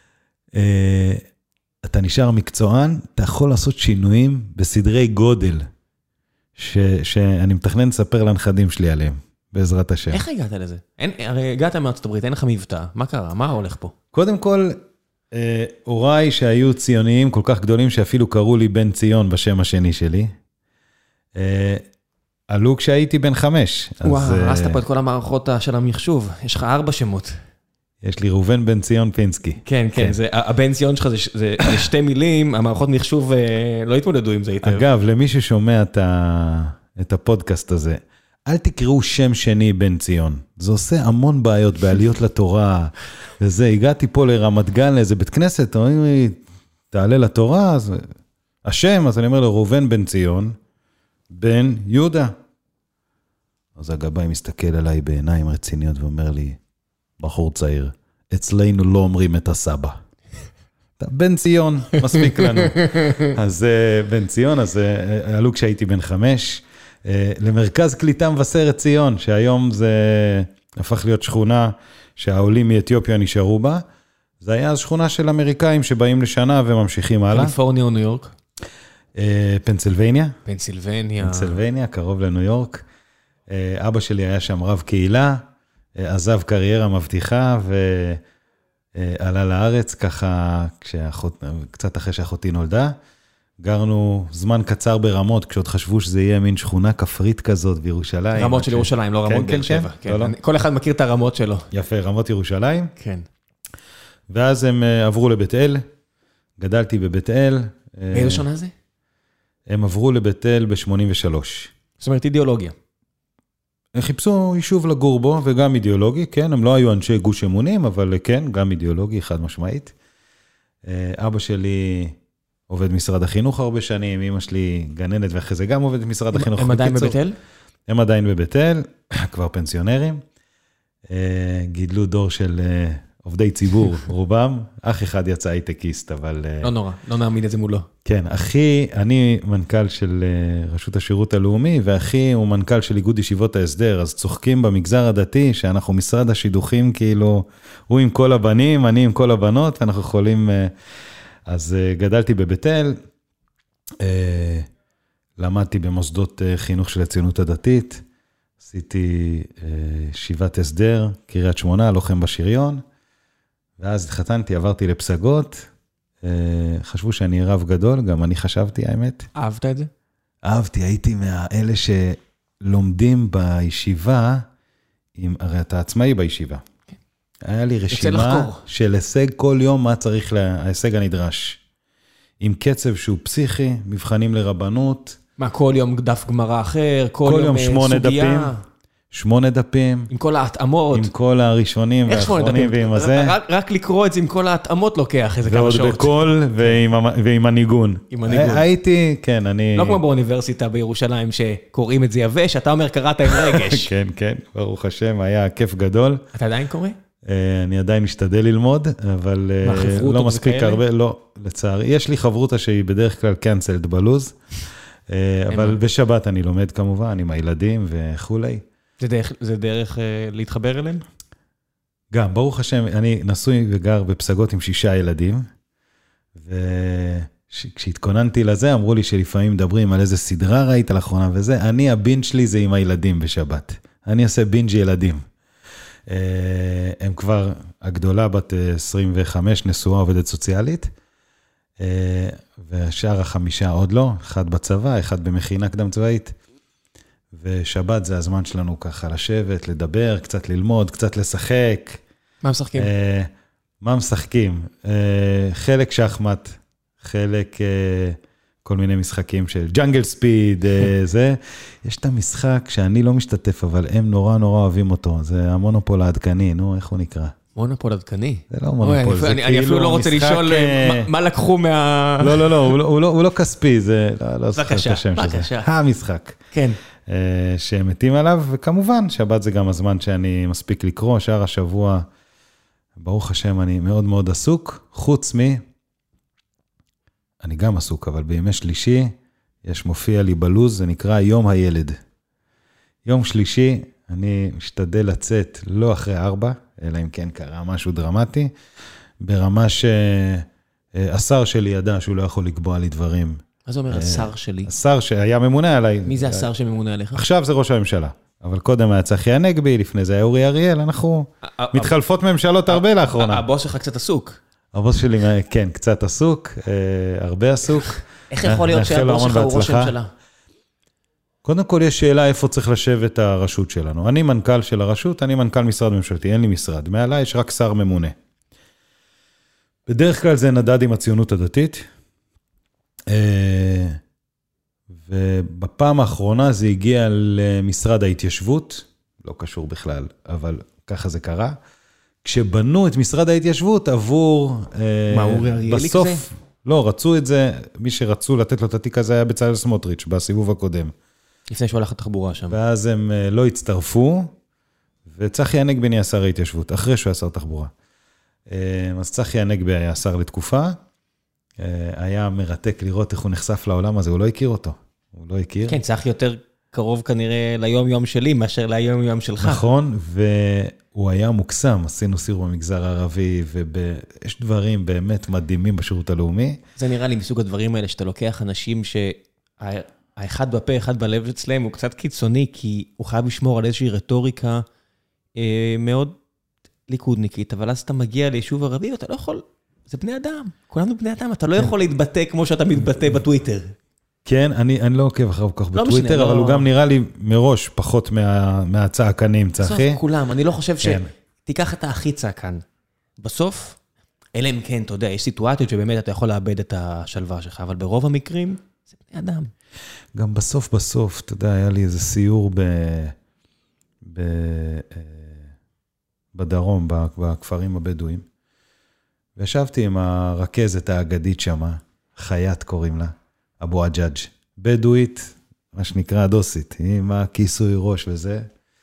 אתה נשאר מקצוען, אתה יכול לעשות שינויים בסדרי גודל, שאני מתכנן לספר לנכדים שלי עליהם, בעזרת השם. איך הגעת לזה? הרי הגעת מארצות הברית, אין לך מבטא, מה קרה? מה הולך פה? קודם כל, הוריי שהיו ציוניים כל כך גדולים, שאפילו קראו לי בן ציון בשם השני שלי, עלו כשהייתי בן 5. וואו, הרסת פה את כל המערכות של המחשוב, יש לך 4 שמות. יש לי ראובן בן ציון פינסקי. כן, כן, הבן ציון שלך זה 2 מילים, המערכות מחשוב לא התמודדו עם זה היטב. אגב, למי ששומע את הפודקאסט הזה, אל תקראו שם שני בן ציון. זה עושה המון בעיות בעליות לתורה, וזה, הגעתי פה לרמת גן לאיזה בית כנסת, אומרים לי, תעלה לתורה, אז השם, אז אני אומר לו, ראובן בן ציון, בן יהודה. אז הגבאי מסתכל עליי בעיניים רציניות ואומר לי, בחור צעיר, אצלנו לא אומרים את הסבא. אתה בן ציון, מספיק לנו. אז בן ציון, אז עלו כשהייתי בן 5, למרכז קליטה מבשרת ציון, שהיום זה הפך להיות שכונה שהעולים מאתיופיה נשארו בה. זה היה אז שכונה של אמריקאים שבאים לשנה וממשיכים הלאה. קליפורניה או ניו יורק? פנסילבניה. פנסילבניה, קרוב לניו יורק. אבא שלי היה שם רב קהילה, עזב קריירה מבטיחה ועלה לארץ ככה, קצת אחרי שאחותי נולדה. גרנו זמן קצר ברמות, כשעוד חשבו שזה יהיה מין שכונה כפרית כזאת בירושלים. רמות של ירושלים, לא רמות באר שבע. כל אחד מכיר את הרמות שלו. יפה, רמות ירושלים. כן. ואז הם עברו לבית אל, גדלתי בבית אל. באיזה שנה זה? הם עברו לבית אל ב-83. זאת אומרת, אידיאולוגיה. הם חיפשו יישוב לגור בו, וגם אידיאולוגי, כן, הם לא היו אנשי גוש אמונים, אבל כן, גם אידיאולוגי, חד משמעית. אבא שלי עובד משרד החינוך הרבה שנים, אמא שלי גננת, ואחרי זה גם עובד משרד החינוך. הם עדיין בבית אל? הם עדיין בבית אל, כבר פנסיונרים. גידלו דור של עובדי ציבור, רובם. אח אחד יצא הייטקיסט, אבל... לא נורא, לא נעמיד את זה מולו. כן, אחי, אני מנכ"ל של רשות השירות הלאומי, ואחי הוא מנכ"ל של איגוד ישיבות ההסדר, אז צוחקים במגזר הדתי, שאנחנו משרד השידוכים, כאילו, הוא עם כל הבנים, אני עם כל הבנות, ואנחנו יכולים... אז גדלתי בבית אל, למדתי במוסדות חינוך של הציונות הדתית, עשיתי ישיבת הסדר, קריית שמונה, לוחם בשריון, ואז התחתנתי, עברתי לפסגות, חשבו שאני רב גדול, גם אני חשבתי, האמת. אהבת את זה? אהבתי, הייתי מאלה שלומדים בישיבה, הרי אתה עצמאי בישיבה. היה לי רשימה של הישג כל יום, מה צריך להישג הנדרש. עם קצב שהוא פסיכי, מבחנים לרבנות. מה, כל יום דף גמרא אחר, כל יום 8 דפים. 8 דפים. עם כל ההתאמות. עם כל הראשונים והאחרונים ועם הזה. רק לקרוא את זה עם כל ההתאמות לוקח איזה כמה שעות. ועוד בקול ועם הניגון. עם הניגון. הייתי, כן, אני... לא כמו באוניברסיטה בירושלים שקוראים את זה יבש, אתה אומר קראת עם רגש. כן, כן, ברוך השם, היה כיף גדול. אתה עדיין קורא? אני עדיין משתדל ללמוד, אבל לא מספיק הרבה, לא, לצערי. יש לי חברותה שהיא בדרך כלל קאנצלד בלוז, אבל בשבת אני לומד כמובן, עם הילדים וכולי. זה דרך להתחבר אליהם? גם, ברוך השם, אני נשוי וגר בפסגות עם 6 ילדים, וכשהתכוננתי לזה, אמרו לי שלפעמים מדברים על איזה סדרה ראית לאחרונה וזה, הבינג' שלי זה עם הילדים בשבת. אני עושה בינג' ילדים. הם כבר, הגדולה בת 25, נשואה עובדת סוציאלית, והשאר 5 עוד לא, 1 בצבא, 1 במכינה קדם צבאית, ושבת זה הזמן שלנו ככה לשבת, לדבר, קצת ללמוד, קצת לשחק. מה משחקים? מה משחקים? חלק שחמט, חלק כל מיני משחקים של ג'אנגל ספיד, זה. יש את המשחק שאני לא משתתף, אבל הם נורא נורא אוהבים אותו. זה המונופול העדכני, נו, איך הוא נקרא? מונופול עדכני. זה לא מונופול, זה כאילו... אני אפילו לא רוצה לשאול מה לקחו מה... לא, הוא לא כספי, זה לא זוכר את השם של זה. המשחק. כן. שהם מתים עליו, וכמובן, שבת זה גם הזמן שאני מספיק לקרוא, שער השבוע, ברוך השם, אני מאוד מאוד עסוק, חוץ אני גם עסוק, אבל בימי שלישי, יש מופיע לי בלוז, זה נקרא יום הילד. יום שלישי, אני משתדל לצאת לא אחרי 4, אלא אם כן קרה משהו דרמטי, ברמה שהשר שלי ידע שהוא לא יכול לקבוע לי דברים. מה זה אומר השר שלי? השר שהיה ממונה עליי. מי זה השר שממונה עליך? עכשיו זה ראש הממשלה. אבל קודם היה צחי הנגבי, לפני זה היה אורי אריאל, אנחנו מתחלפות ממשלות הרבה לאחרונה. הבוס שלך קצת עסוק. הבוס שלי, כן, קצת עסוק, הרבה עסוק. איך יכול להיות שהבוס שלך הוא ראש הממשלה? קודם כל יש שאלה איפה צריך לשבת הרשות שלנו. אני מנכ"ל של הרשות, אני מנכ"ל משרד ממשלתי, אין לי משרד. מעלה יש רק שר ממונה. בדרך כלל זה נדד עם הציונות הדתית, ובפעם האחרונה זה הגיע למשרד ההתיישבות, לא קשור בכלל, אבל ככה זה קרה. כשבנו את משרד ההתיישבות עבור... מה, אורי אריאלי כזה? לא, רצו את זה, מי שרצו לתת לו את התיק הזה היה בצלאל סמוטריץ' בסיבוב הקודם. לפני שהוא הלך לתחבורה שם. ואז הם לא הצטרפו, וצחי הנגבי נהיה שר ההתיישבות, אחרי שהוא היה שר תחבורה. אז צחי הנגבי היה שר לתקופה, היה מרתק לראות איך הוא נחשף לעולם הזה, הוא לא הכיר אותו. הוא לא הכיר. כן, צחי יותר קרוב כנראה ליום יום שלי, מאשר ליום יום שלך. נכון, והוא היה מוקסם, עשינו סיור במגזר הערבי, ויש דברים באמת מדהימים בשירות הלאומי. זה נראה לי מסוג הדברים האלה, שאתה לוקח אנשים האחד בפה, אחד בלב אצלם, הוא קצת קיצוני, כי הוא חייב לשמור על איזושהי רטוריקה מאוד ליכודניקית, אבל אז אתה מגיע ליישוב ערבי, ואתה לא יכול, זה בני אדם, כולנו בני אדם, אתה לא יכול להתבטא כמו שאתה מתבטא בטוויטר. כן, אני לא עוקב אחריו כך בטוויטר, אבל הוא גם נראה לי מראש פחות מהצעקנים, צחי. בסוף כולם, אני לא חושב תיקח את הכי צעקן. בסוף, אלא אם כן, אתה יודע, יש סיטואציות שבאמת אתה יכול לאבד את השלווה שלך, אבל ברוב המקרים, זה בני אדם. גם בסוף, אתה יודע, היה לי איזה סיור בדרום, בכפרים הבדואים, וישבתי עם הרכזת האגדית שמה, חייט קוראים לה, אבו עג'אג', בדואית, מה שנקרא דוסית, עם הכיסוי ראש וזה,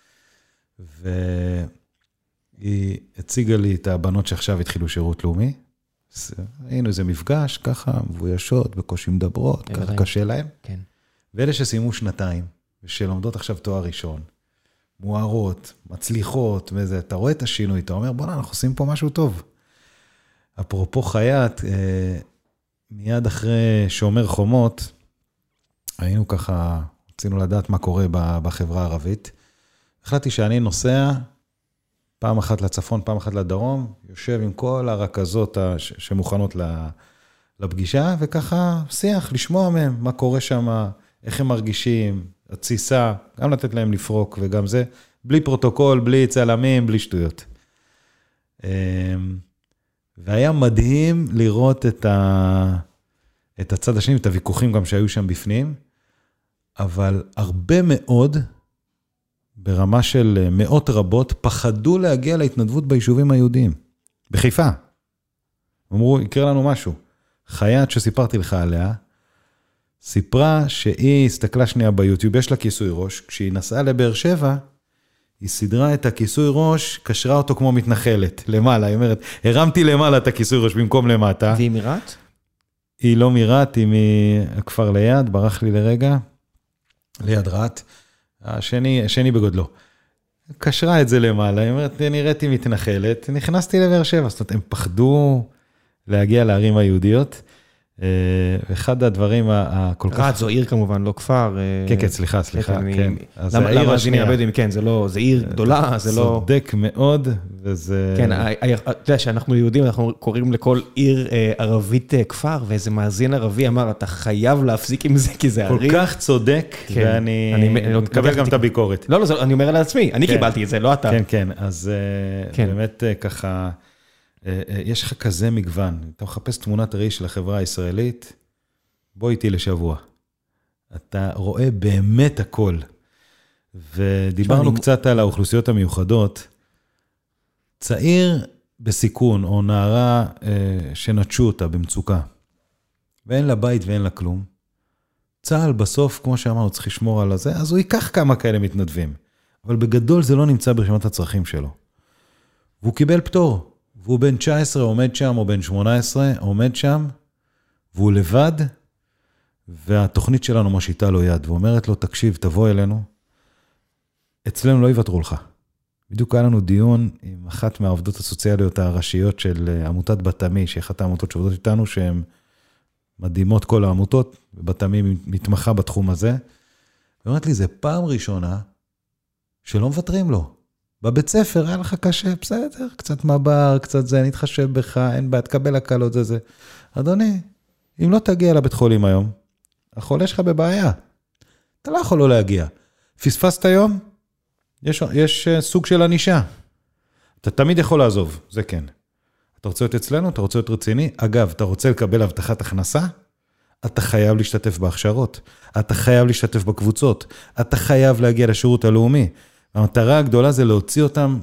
והיא הציגה לי את הבנות שעכשיו התחילו שירות לאומי, היינו איזה מפגש, ככה, מבוישות, בקושי מדברות, ככה קשה להם. כן. ואלה שסיימו שנתיים, ושלומדות עכשיו תואר ראשון, מוארות, מצליחות, וזה, אתה רואה את השינוי, אתה אומר, בוא, אנחנו עושים פה משהו טוב. אפרופו חייט, מיד אחרי שומר חומות, היינו ככה, רצינו לדעת מה קורה בחברה הערבית. החלטתי שאני נוסע, פעם אחת לצפון, פעם אחת לדרום, יושב עם כל הרכזות שמוכנות לפגישה, וככה שיח, לשמוע מהם, מה קורה שם, איך הם מרגישים, התסיסה, גם לתת להם לפרוק, וגם זה, בלי פרוטוקול, בלי צלמים, בלי שטויות. והיה מדהים לראות את הצד השני, את הוויכוחים גם שהיו שם בפנים, אבל הרבה מאוד, ברמה של מאות רבות, פחדו להגיע להתנדבות ביישובים היהודיים, בחיפה. אמרו, יקרה לנו משהו. חייט שסיפרתי לך עליה, סיפרה שהיא הסתכלה שנייה ביוטיוב, יש לה כיסוי ראש, כשהיא נסעה לבאר שבע, היא סדרה את הכיסוי ראש, קשרה אותו כמו מתנחלת, למעלה, היא אומרת, הרמתי למעלה את הכיסוי ראש במקום למטה. והיא מירת? היא לא מירת, היא מהכפר ליד, ברח לי לרגע, ליד רעת, השני בגודלו. קשרה את זה למעלה, היא אומרת, נראיתי מתנחלת, נכנסתי לבאר שבע, זאת אומרת, הם פחדו להגיע לערים היהודיות, אחד הדברים הכל כך... רעת זו עיר כמובן, לא כפר. כן, סליחה, כן. למה זה נראה בדיוק, כן, זה עיר גדולה, זה לא... צודק מאוד, וזה... כן, אתה יודע שאנחנו יהודים, אנחנו קוראים לכל עיר ערבית כפר, ואיזה מאזין ערבי אמר, אתה חייב להפסיק עם זה, כי זה ערים. כל כך צודק, ואני מקבל גם את הביקורת. לא, אני אומר על עצמי, אני קיבלתי את זה, לא אתה. כן, אז באמת ככה... יש לך כזה מגוון, אתה מחפש תמונת ראי של החברה הישראלית, בוא איתי לשבוע. אתה רואה באמת הכל. ודיברנו קצת על האוכלוסיות המיוחדות. צעיר בסיכון, או נערה שנטשו אותה במצוקה, ואין לה בית ואין לה כלום, צה"ל בסוף, כמו שאמרנו, צריך לשמור על הזה, אז הוא ייקח כמה כאלה מתנדבים. אבל בגדול זה לא נמצא ברשימת הצרכים שלו. והוא קיבל פטור, והוא בן 19 עומד שם, או בן 18 עומד שם, והוא לבד, והתוכנית שלנו מושיטה לו יד, ואומרת לו, תקשיב, תבוא אלינו, אצלנו לא יוותרו לך. בדיוק היה לנו דיון עם אחת מהעובדות הסוציאליות הראשיות של עמותת בתמי, שהיא אחת העמותות שעובדות איתנו, שהן מדהימות כל העמותות, ובתמי מתמחה בתחום הזה. ואומרת לי, זה פעם ראשונה שלא מוותרים לו. בבית ספר היה לך קשה, בסדר, קצת מב"ר, קצת זה, נתחשב בך, אין בעיה, תקבל הקלות, זה. אדוני, אם לא תגיע לבית חולים היום, החולה שלך בבעיה. אתה לא יכול לא להגיע. פספסת היום? יש סוג של אנישה. אתה תמיד יכול לעזוב, זה כן. אתה רוצה להיות אצלנו, אתה רוצה להיות רציני. אגב, אתה רוצה לקבל הבטחת הכנסה? אתה חייב להשתתף בהכשרות. אתה חייב להשתתף בקבוצות. אתה חייב להגיע לשירות הלאומי. המטרה הגדולה זה להוציא אותם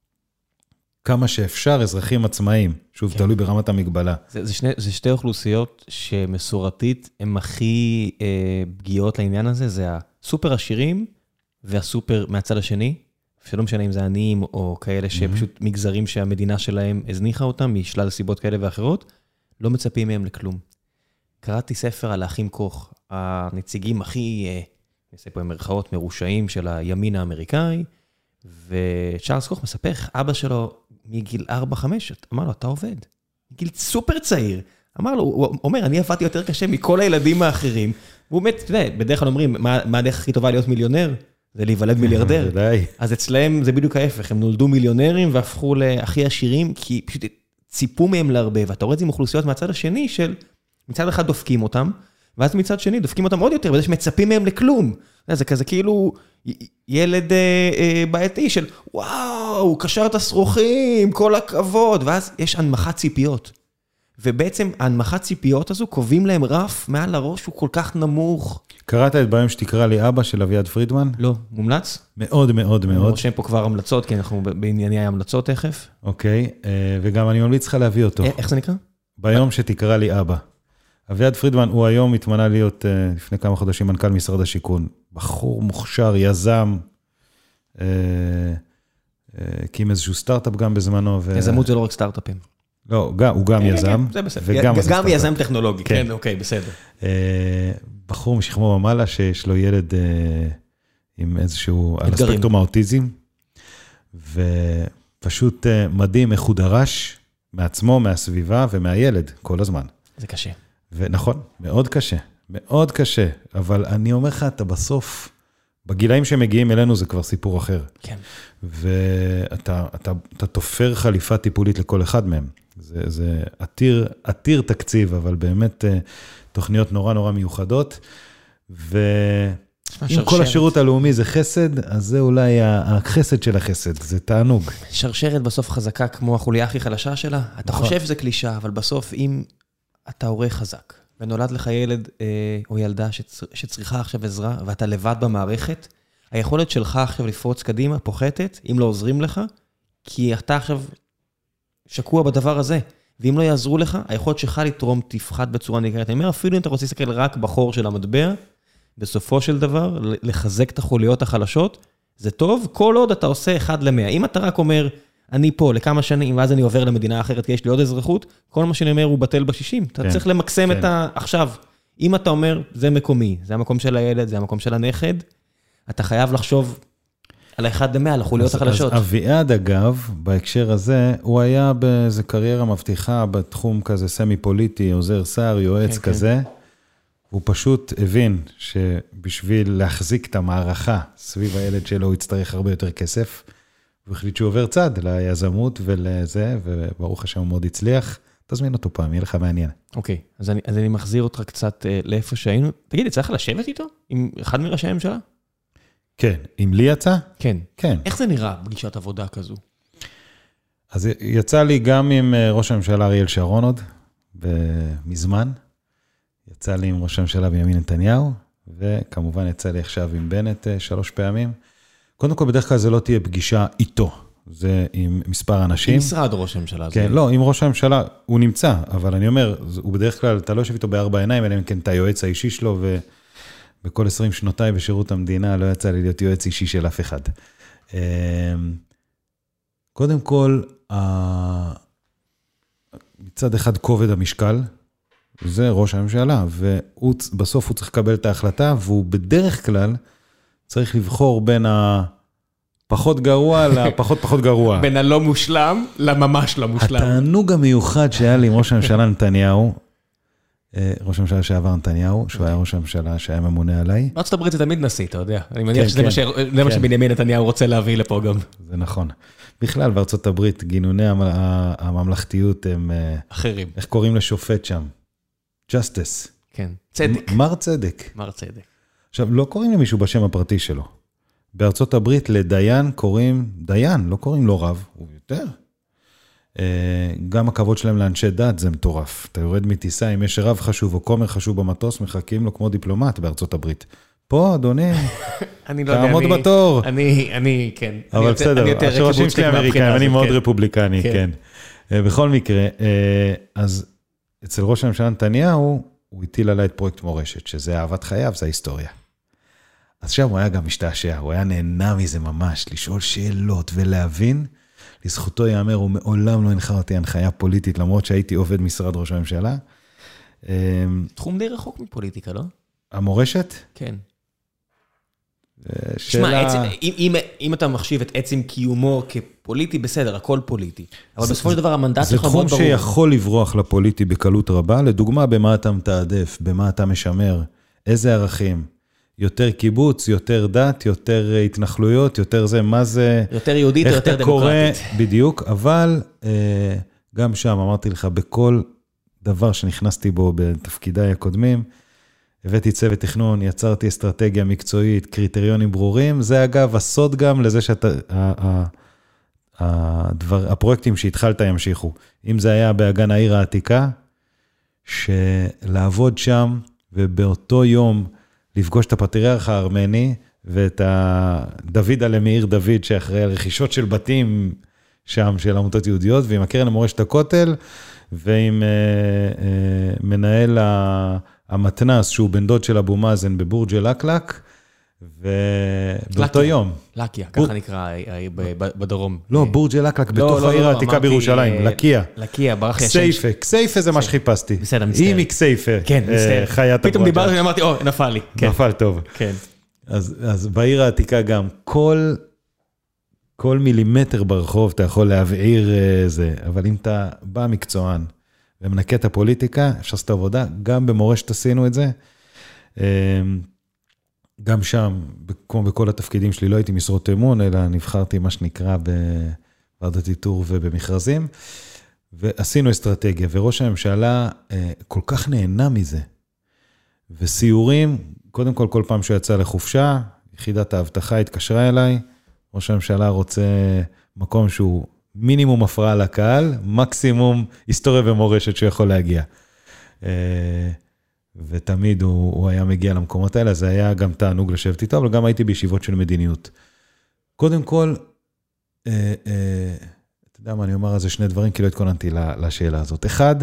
כמה שאפשר אזרחים עצמאיים. שוב, תלוי ברמת המגבלה. זה שתי אוכלוסיות שמסורתית הן הכי פגיעות לעניין הזה. זה הסופר עשירים והסופר מהצד השני. שלא משנה אם זה עניים או כאלה שפשוט מגזרים שהמדינה שלהם הזניחה אותם משלל סיבות כאלה ואחרות, לא מצפים מהם לכלום. קראתי ספר על האחים קוך, הנציגים הכי, נעשה פה עם מרכאות מרושעים של הימין האמריקאי, וצ'ארלס קוך מספר, אבא שלו מגיל 4-5, אמר לו, אתה עובד. מגיל סופר צעיר. אמר לו, הוא אומר, אני עבדתי יותר קשה מכל הילדים האחרים, והוא באמת, אתה יודע, בדרך כלל אומרים, מה הדרך הכי טובה להיות מיליונר? זה להיוולד מיליארדר. אז אצלהם זה בדיוק ההפך, הם נולדו מיליונרים והפכו להכי עשירים, כי פשוט ציפו מהם להרבה, ואתה רואה את זה עם אוכלוסיות מהצד השני של, מצד אחד דופקים אותם, ואז מצד שני דופקים אותם עוד יותר, וזה שמצפים מהם לכלום. זה כזה כאילו ילד בעייתי של, וואו, קשר את השרוכים, כל הכבוד, ואז יש הנמחת ציפיות. ובעצם ההנמחת ציפיות הזו קובעים להם רף מעל הראש, הוא כל כך נמוך. קראת את ביום שתקרא לי אבא של אביעד פרידמן? לא, מומלץ? מאוד מאוד מאוד. אני רושם פה כבר המלצות, כי אנחנו בענייני המלצות תכף. אוקיי, וגם אני ממליץ לך להביא אותו. איך זה נקרא? ביום שתקרא לי אבא. אביעד פרידמן הוא היום מתמנה להיות לפני כמה חודשים מנכ"ל משרד השיכון. בחור מוכשר, יזם, הקים איזשהו סטארט-אפ גם בזמנו. יזמות זה לא רק סטארט-אפים. לא, הוא גם יזם. זה בסדר. גם יזם טכנולוגי, כן, אוקיי, בסדר. בחור משכמו ומעלה שיש לו ילד עם איזשהו, על הספקטרום האוטיזם, ופשוט מדהים איך הוא דרש מעצמו, מהסביבה ומהילד כל הזמן. זה קשה. ונכון, מאוד קשה, מאוד קשה, אבל אני אומר לך, אתה בסוף, בגילאים שמגיעים אלינו זה כבר סיפור אחר. כן. ואתה תופר חליפה טיפולית לכל אחד מהם. זה עתיר תקציב, אבל באמת תוכניות נורא נורא מיוחדות, ואם כל השירות הלאומי זה חסד, אז זה אולי החסד של החסד, זה תענוג. שרשרת בסוף חזקה כמו החוליה הכי חלשה שלה, אתה חושב שזה קלישה, אבל בסוף אם אתה הורה חזק, ונולד לך ילד או ילדה שצריכה עכשיו עזרה, ואתה לבד במערכת, היכולת שלך עכשיו לפרוץ קדימה פוחתת, אם לא עוזרים לך, כי אתה עכשיו שקוע בדבר הזה, ואם לא יעזרו לך, היכולת שלך לתרום תפחת בצורה ניכרת. אני אומר, אפילו אם אתה רוצה להסתכל רק בחור של המטבע, בסופו של דבר, לחזק את החוליות החלשות, זה טוב, כל עוד אתה עושה 1 ל-100. אם אתה רק אומר, אני פה לכמה שנים, ואז אני עובר למדינה אחרת, כי יש לי עוד אזרחות, כל מה שאני אומר הוא בטל ב-60. אתה צריך למקסם את עכשיו. אם אתה אומר, זה מקומי, זה המקום של הילד, זה המקום של הנכד, אתה חייב לחשוב על 1 ל-100, על החוליות החלשות. אז אביעד, אגב, בהקשר הזה, הוא היה באיזו קריירה מבטיחה, בתחום כזה סמי-פוליטי, עוזר שר, יועץ כזה. הוא פשוט הבין שבשביל להחזיק את המערכה סביב הילד שלו, הוא יצטרך הרבה יותר כסף. הוא החליט שהוא עובר צד ליזמות ולזה, וברוך השם הוא מאוד הצליח. תזמין אותו פעם, יהיה לך מעניין. אוקיי, אז אני מחזיר אותך קצת לאיפה שהיינו. תגיד, צריך לשבת איתו? עם אחד מראשי הממשלה? כן. עם לי יצא? כן. כן. איך זה נראה פגישת עבודה כזו? אז יצא לי גם עם ראש הממשלה אריאל שרון עוד, מזמן. יצא לי עם ראש הממשלה בנימין נתניהו, וכמובן יצא לי עכשיו עם בנט 3 פעמים. קודם כל, בדרך כלל זה לא תהיה פגישה איתו. זה עם מספר אנשים. עם משרד ראש הממשלה. כן, לא, עם ראש הממשלה, הוא נמצא, אבל אני אומר, הוא בדרך כלל, אתה לא יושב איתו בארבע עיניים, אלא אם כן אתה היועץ האישי שלו, ובכל 20 שנותיי בשירות המדינה, לא יצא לי להיות יועץ אישי של אף אחד. קודם כל, מצד אחד כובד המשקל, זה ראש הממשלה, ובסוף הוא צריך לקבל את ההחלטה, והוא בדרך כלל צריך לבחור בין הפחות גרוע לפחות גרוע. בין הלא מושלם לממש לא מושלם. התענוג המיוחד שהיה לי עם ראש הממשלה נתניהו, ראש הממשלה שעבר נתניהו, שהוא היה ראש הממשלה שהיה ממונה עליי. בארצות הברית זה תמיד נשיא, אתה יודע. אני מניח שזה מה שבנימין נתניהו רוצה להביא לפה גם. זה נכון. בכלל, בארצות הברית, גינוני הממלכתיות הם... אחרים. איך קוראים לשופט שם? Justice. כן. צדק. מר צדק. מר צדק. עכשיו, לא קוראים למישהו בשם הפרטי שלו. בארצות הברית לדיין קוראים דיין, לא קוראים לו רב, הוא יותר. גם הכבוד שלהם לאנשי דת זה מטורף. אתה יורד מטיסה, אם יש רב חשוב או כומר חשוב במטוס, מחכים לו כמו דיפלומט בארצות הברית. פה, אדוני, תעמוד בתור. אני, כן. אבל בסדר, השורשים שלי אמריקאים, אני מאוד רפובליקני, כן. בכל מקרה, אז אצל ראש הממשלה נתניהו, הוא הטיל עליי את פרויקט מורשת, שזה אהבת חייו, זה ההיסטוריה. אז שם הוא היה גם משתעשע, הוא היה נהנה מזה ממש, לשאול שאלות ולהבין, לזכותו יאמר, הוא מעולם לא הנחה אותי הנחיה פוליטית, למרות שהייתי עובד משרד ראש הממשלה. תחום די רחוק מפוליטיקה, לא? המורשת? כן. שמע, אם אתה מחשיב את עצם קיומו כפוליטי, בסדר, הכל פוליטי. אבל בסופו של דבר המנדט שלך מאוד ברור. זה תחום שיכול לברוח לפוליטי בקלות רבה, לדוגמה במה אתה מתעדף, במה אתה משמר, איזה ערכים. יותר קיבוץ, יותר דת, יותר התנחלויות, יותר זה, מה זה... יותר יהודית או יותר דמוקרטית. בדיוק, אבל גם שם, אמרתי לך, בכל דבר שנכנסתי בו בתפקידיי הקודמים, הבאתי צוות תכנון, יצרתי אסטרטגיה מקצועית, קריטריונים ברורים, זה אגב הסוד גם לזה הפרויקטים שהתחלת ימשיכו. אם זה היה באגן העיר העתיקה, שלעבוד שם, ובאותו יום לפגוש את הפטריארך הארמני, ואת דוד מאיר דוד, שאחראי על רכישות של בתים שם, של עמותות יהודיות, ועם הקרן למורשת הכותל, ועם מנהל המתנס, שהוא בן דוד של אבו מאזן בבורג' אל-אקלק, ובאותו יום. לקיה, ככה נקרא בדרום. לא, בורג' אל-אקלק, בתוך העיר העתיקה בירושלים, לקיה. לקיה, ברח לי השם. כסייפה, כסייפה זה מה שחיפשתי. בסדר, מסתר. היא מכסייפה. כן, מסתר. חיית הבורג'. פתאום דיברתי ואמרתי, נפל לי. נפל טוב. כן. אז בעיר העתיקה גם, כל מילימטר ברחוב אתה יכול להבעיר זה, אבל אם אתה בא מקצוען, ומנקה את הפוליטיקה, אפשר לעשות עבודה, גם במורשת עשינו את זה, גם שם, כמו בכל התפקידים שלי, לא הייתי משרות אמון, אלא נבחרתי מה שנקרא בוועדת איתור ובמכרזים, ועשינו אסטרטגיה, וראש הממשלה כל כך נהנה מזה, וסיורים, קודם כל פעם שהוא יצא לחופשה, יחידת האבטחה התקשרה אליי, ראש הממשלה רוצה מקום שהוא מינימום הפרעה לקהל, מקסימום היסטוריה ומורשת שהוא יכול להגיע. ותמיד הוא היה מגיע למקומות האלה, זה היה גם תענוג לשבת איתו, אבל גם הייתי בישיבות של מדיניות. קודם כל, אתה יודע מה, אני אומר על זה שני דברים, כי לא התכוננתי לשאלה הזאת. אחד,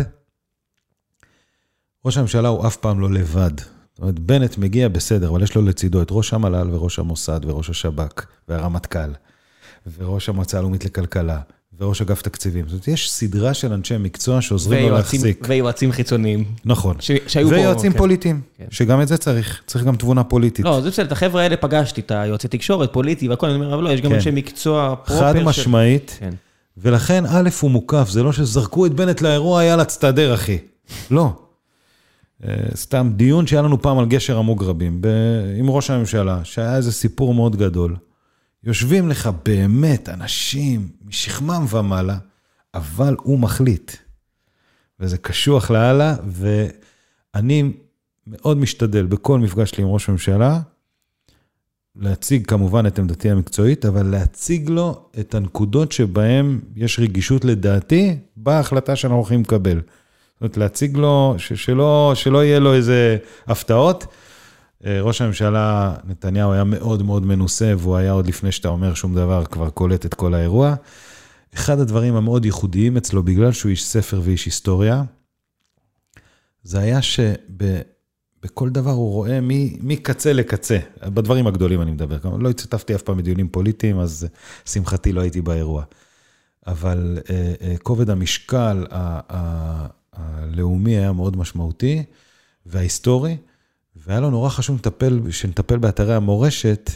ראש הממשלה הוא אף פעם לא לבד. זאת אומרת, בנט מגיע בסדר, אבל יש לו לצידו את ראש המל"ל וראש המוסד וראש השב"כ והרמטכ"ל, וראש המועצה הלאומית לכלכלה, וראש אגף תקציבים. זאת אומרת, יש סדרה של אנשי מקצוע שעוזרים לו להחזיק. ויועצים חיצוניים. נכון. שהיו פה. ויועצים פוליטיים, שגם את זה צריך. צריך גם תבונה פוליטית. לא, זה בסדר, את החבר'ה האלה פגשתי, את היועצי תקשורת, פוליטי והכל, אני אומר, אבל לא, יש גם אנשי מקצוע פרופר. חד משמעית, ולכן א' הוא מוקף, זה לא שזרקו את בנט לאירוע, היה לצטדר, אחי. לא. סתם דיון שהיה לנו פעם על גשר המוגרבים, עם ראש הממשלה, שהיה איזה סיפור מאוד גדול. יושבים לך באמת אנשים משכמם ומעלה, אבל הוא מחליט. וזה קשוח להלאה, ואני מאוד משתדל בכל מפגש שלי עם ראש הממשלה, להציג כמובן את עמדתי המקצועית, אבל להציג לו את הנקודות שבהן יש רגישות לדעתי, בהחלטה שאנחנו הולכים לקבל. זאת אומרת, להציג לו, שלא יהיה לו איזה הפתעות, ראש הממשלה נתניהו היה מאוד מאוד מנוסה, והוא היה עוד לפני שאתה אומר שום דבר, כבר קולט את כל האירוע. אחד הדברים המאוד ייחודיים אצלו, בגלל שהוא איש ספר ואיש היסטוריה, זה היה שבכל דבר הוא רואה מקצה לקצה, בדברים הגדולים אני מדבר, לא הצטפתי אף פעם בדיונים פוליטיים, אז שמחתי לא הייתי באירוע. אבל כובד המשקל הלאומי היה מאוד משמעותי, וההיסטורי, והיה לו נורא חשוב שנטפל באתרי המורשת,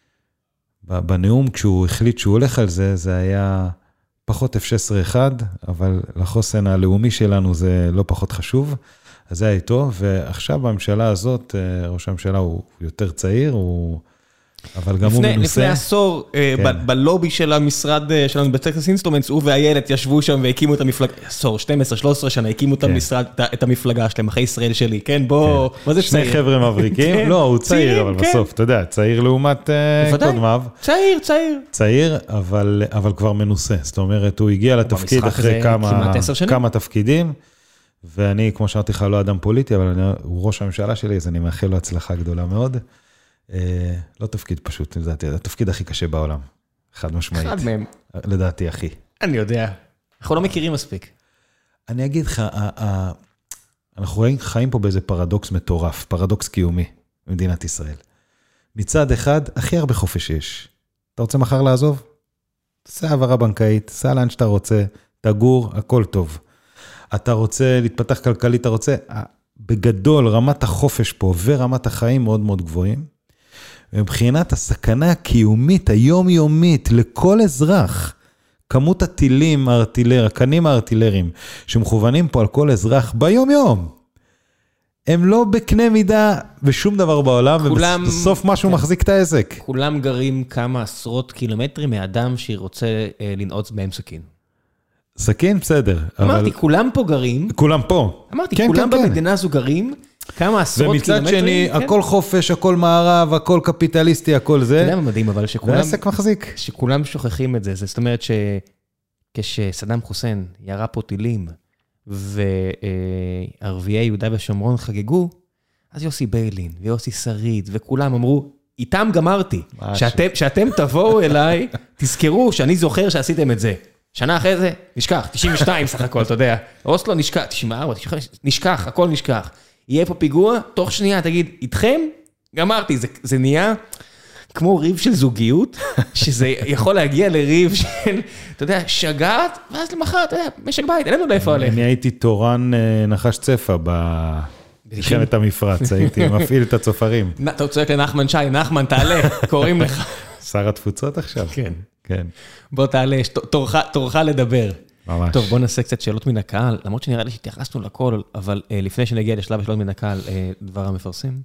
בנאום כשהוא החליט שהוא הולך על זה, זה היה פחות F16-1, אבל לחוסן הלאומי שלנו זה לא פחות חשוב, אז זה היה איתו, ועכשיו בממשלה הזאת, ראש הממשלה הוא יותר צעיר, אבל גם הוא מנוסה. לפני עשור, בלובי של המשרד שלנו בטקסס אינסטרומנטס, הוא והילד ישבו שם והקימו את המפלגה, עשור, 12-13 שנה, הקימו את המפלגה שלהם, אחרי ישראל שלי, כן, בוא, מה זה צעיר? שני חבר'ה מבריקים, לא, הוא צעיר, אבל בסוף, אתה יודע, צעיר לעומת קודמיו. צעיר, אבל כבר מנוסה, זאת אומרת, הוא הגיע לתפקיד אחרי כמה תפקידים, ואני, כמו שאמרתי לך, לא אדם פוליטי, אבל הוא ראש הממשלה שלי, אז אני מאחל לו הצלחה גדולה מאוד. לא תפקיד פשוט, לדעתי, זה התפקיד הכי קשה בעולם. חד משמעית. אחד מהם. לדעתי, הכי. אני יודע. אנחנו לא מכירים מספיק. אני אגיד לך, אנחנו חיים פה באיזה פרדוקס מטורף, פרדוקס קיומי במדינת ישראל. מצד אחד, הכי הרבה חופש יש. אתה רוצה מחר לעזוב? תעשה העברה בנקאית, תעשה לאן שאתה רוצה, תגור, הכל טוב. אתה רוצה להתפתח כלכלית, אתה רוצה, בגדול, רמת החופש פה ורמת החיים מאוד מאוד גבוהים. מבחינת הסכנה הקיומית, היומיומית, לכל אזרח, כמות הטילים, הקנים הארטילריים, שמכוונים פה על כל אזרח ביום-יום, הם לא בקנה מידה בשום דבר בעולם, ובסוף משהו מחזיק את העסק. כולם גרים כמה עשרות קילומטרים מאדם שרוצה לנעוץ בהם סכין. סכין, בסדר. אמרתי, כולם פה גרים. כולם פה. אמרתי, כולם במדינה הזו גרים, כמה עשרות קילומטרים. ומצד שני, הכל חופש, הכל מערב, הכל קפיטליסטי, הכל זה. אתה יודע מה מדהים, אבל שכולם... והעסק מחזיק. שכולם שוכחים את זה. זאת אומרת שכשסדאם חוסיין ירה פה טילים, וערביי יהודה ושומרון חגגו, אז יוסי ביילין ויוסי שריד, וכולם אמרו, איתם גמרתי. שאתם תבואו אליי, תזכרו שאני זוכר שעשיתם את זה. שנה אחרי זה, נשכח, 92 סך הכל, אתה יודע. אוסלו נשכח, 94, נשכח, הכל נשכח. יהיה פה פיגוע, תוך שנייה, תגיד, איתכם? גמרתי, זה נהיה כמו ריב של זוגיות, שזה יכול להגיע לריב של, אתה יודע, שגעת, ואז למחר, אתה יודע, משק בית, אין לנו לאיפה הולך. אני הייתי תורן נחש צפה במלחמת המפרץ, הייתי מפעיל את הצופרים. אתה צועק לנחמן שי, נחמן, תעלה, קוראים לך. שר התפוצות עכשיו? כן. כן. בוא תעלה, תורך לדבר. ממש. טוב, בוא נעשה קצת שאלות מן הקהל, למרות שנראה לי שהתייחסנו לכל, אבל לפני שנגיע לשלב השאלות מן הקהל, דבר המפרסם.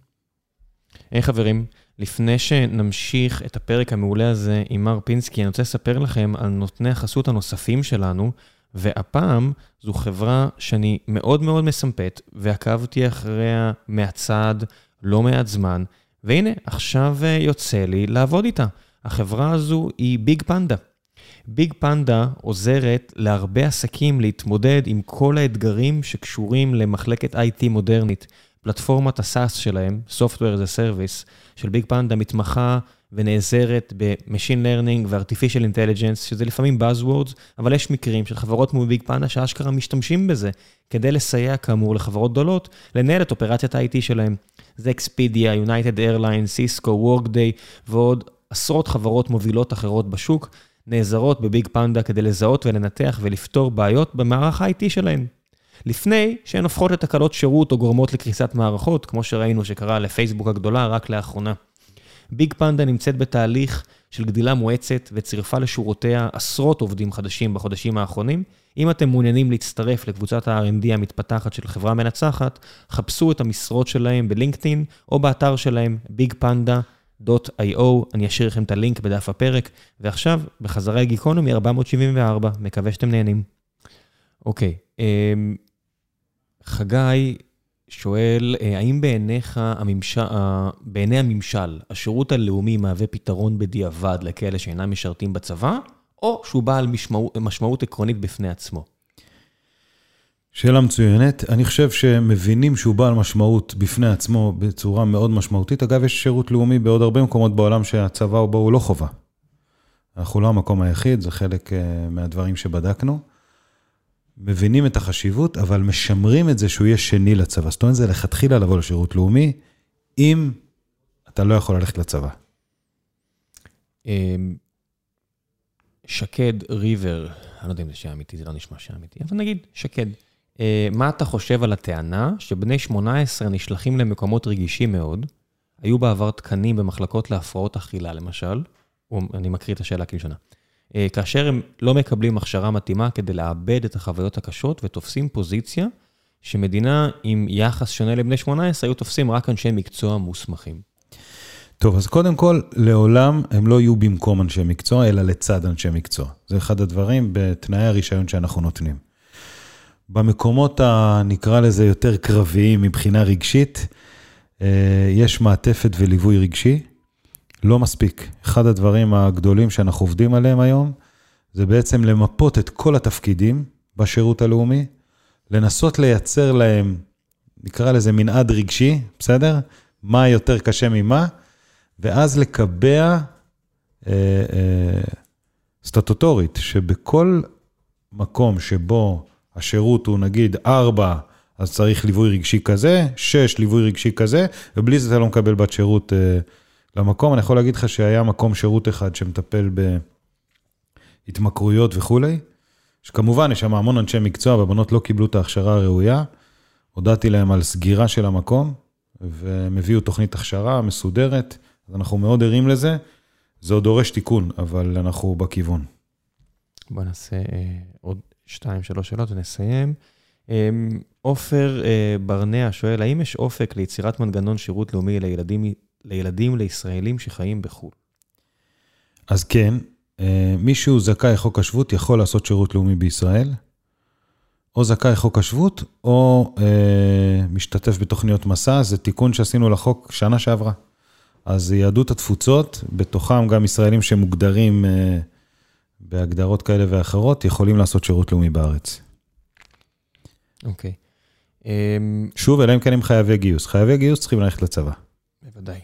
חברים, לפני שנמשיך את הפרק המעולה הזה עם מר פינסקי, אני רוצה לספר לכם על נותני החסות הנוספים שלנו, והפעם זו חברה שאני מאוד מאוד מסמפת, ועקבתי אחריה מהצד לא מעט זמן, והנה, עכשיו יוצא לי לעבוד איתה. החברה הזו היא ביג פנדה. ביג פנדה עוזרת להרבה עסקים להתמודד עם כל האתגרים שקשורים למחלקת IT מודרנית. פלטפורמת הסאס שלהם, Software as a Service, של ביג פנדה מתמחה ונעזרת ב-Machine Learning ו-Artificial Intelligence, שזה לפעמים Buzzwords, אבל יש מקרים של חברות כמו ביג פנדה שאשכרה משתמשים בזה, כדי לסייע כאמור לחברות גדולות, לנהל את אופרציית ה-IT שלהם. זה Expedia, United Airlines, Cisco, Workday ועוד עשרות חברות מובילות אחרות בשוק, נעזרות בביג פנדה כדי לזהות ולנתח ולפתור בעיות במערך ה-IT שלהם. לפני שהן הופכות לתקלות שירות או גורמות לקריסת מערכות, כמו שראינו שקרה לפייסבוק הגדולה רק לאחרונה. ביג פנדה נמצאת בתהליך של גדילה מואצת וצירפה לשורותיה עשרות עובדים חדשים בחודשים האחרונים. אם אתם מעוניינים להצטרף לקבוצת ה-R&D המתפתחת של חברה מנצחת, חפשו את המשרות שלהם בלינקדאין או באתר שלהם bigpanda.io. אני אשאיר לכם את הלינק בדף הפרק. ועכשיו, בחזרה לגיקונומי 474, מקווה שאתם נהנים. אוקיי, חגי שואל, האם בעיני הממשל, השירות הלאומי מהווה פתרון בדיעבד לכאלה שאינם משרתים בצבא, או שהוא בעל משמעות עקרונית בפני עצמו? שאלה מצוינת. אני חושב שמבינים שהוא בעל משמעות בפני עצמו בצורה מאוד משמעותית. אגב, יש שירות לאומי בעוד הרבה מקומות בעולם שהצבא הוא לא חובה. אנחנו לא המקום היחיד, זה חלק מהדברים שבדקנו. מבינים את החשיבות, אבל משמרים את זה שהוא יהיה שני לצבא. זאת אומרת, זה לכתחילה לבוא לשירות לאומי, אם אתה לא יכול ללכת לצבא. שקד ריבר, אני לא יודע אם זה שם אמיתי, זה לא נשמע שם אמיתי, אבל נגיד, שקד, מה אתה חושב על הטענה שבני 18 נשלחים למקומות רגישים מאוד, היו בעבר תקנים במחלקות להפרעות אכילה, למשל, אני מקריא את השאלה כלשונה, כאשר הם לא מקבלים הכשרה מתאימה כדי לאבד את החוויות הקשות, ותופסים פוזיציה שמדינה עם יחס שונה לבני 18, היו תופסים רק אנשי מקצוע מוסמכים. טוב, אז קודם כל, לעולם הם לא יהיו במקום אנשי מקצוע, אלא לצד אנשי מקצוע. זה אחד הדברים בתנאי הרישיון שאנחנו נותנים. במקומות נקרא לזה יותר קרביים מבחינה רגשית, יש מעטפת וליווי רגשי, לא מספיק. אחד הדברים הגדולים שאנחנו עובדים עליהם היום, זה בעצם למפות את כל התפקידים בשירות הלאומי, לנסות לייצר להם, נקרא לזה מנעד רגשי, בסדר? מה יותר קשה ממה, ואז לקבע סטטוטורית, שבכל מקום שבו השירות הוא נגיד 4, אז צריך ליווי רגשי כזה, 6 ליווי רגשי כזה, ובלי זה אתה לא מקבל בת שירות למקום. אני יכול להגיד לך שהיה מקום שירות אחד שמטפל בהתמכרויות וכו', שכמובן יש שם המון אנשי מקצוע, והבנות לא קיבלו את ההכשרה הראויה, הודעתי להם על סגירה של המקום, והם הביאו תוכנית הכשרה מסודרת, אז אנחנו מאוד ערים לזה, זה עוד דורש תיקון, אבל אנחנו בכיוון. בוא נעשה עוד 2-3 שאלות ונסיים. עופר ברנע שואל, האם יש אופק ליצירת מנגנון שירות לאומי לילדים לישראלים שחיים בחו"ל? אז כן, מישהו זכאי חוק השבות יכול לעשות שירות לאומי בישראל, או זכאי חוק השבות, או משתתף בתוכניות מסע, זה תיקון שעשינו לחוק שנה שעברה. אז יהדות התפוצות, בתוכם גם ישראלים שמוגדרים בהגדרות כאלה ואחרות, יכולים לעשות שירות לאומי בארץ. אוקיי. שוב, אלא אם כן הם חייבי גיוס. חייבי גיוס צריכים ללכת לצבא. בוודאי.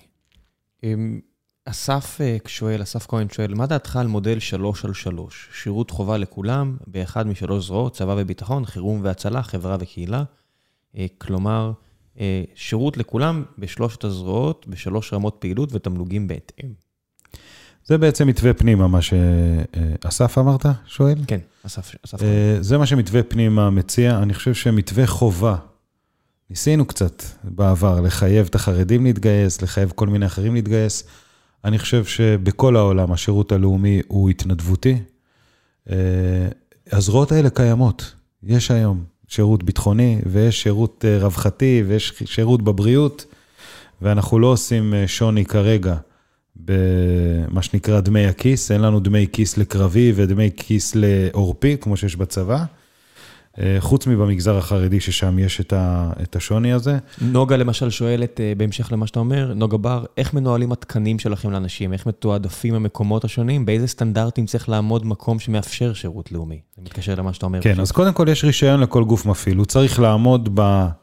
אסף כהן שואל, מה דעתך על מודל 3-על-3? שירות חובה לכולם, באחד מ3 זרועות, צבא וביטחון, חירום והצלה, חברה וקהילה. כלומר, שירות לכולם בשלושת הזרועות, ב3 רמות פעילות ותמלוגים בהתאם. זה בעצם מתווה פנימה, מה שאסף אמרת, שואל? כן, אסף. זה מה שמתווה פנימה מציע. אני חושב שמתווה חובה, ניסינו קצת בעבר לחייב את החרדים להתגייס, לחייב כל מיני אחרים להתגייס. אני חושב שבכל העולם השירות הלאומי הוא התנדבותי. הזרועות האלה קיימות. יש היום שירות ביטחוני, ויש שירות רווחתי, ויש שירות בבריאות, ואנחנו לא עושים שוני כרגע במה שנקרא דמי הכיס. אין לנו דמי כיס לקרבי ודמי כיס לאורפי, כמו שיש בצבא. חוץ מבמגזר החרדי ששם יש את השוני הזה. נוגה למשל שואלת, בהמשך למה שאתה אומר, נוגה בר, איך מנוהלים התקנים שלכם לאנשים? איך מתועדפים המקומות השונים? באיזה סטנדרטים צריך לעמוד מקום שמאפשר שירות לאומי? זה מתקשר למה שאתה אומר. כן, אז קודם כל יש רישיון לכל גוף מפעיל. הוא צריך לעמוד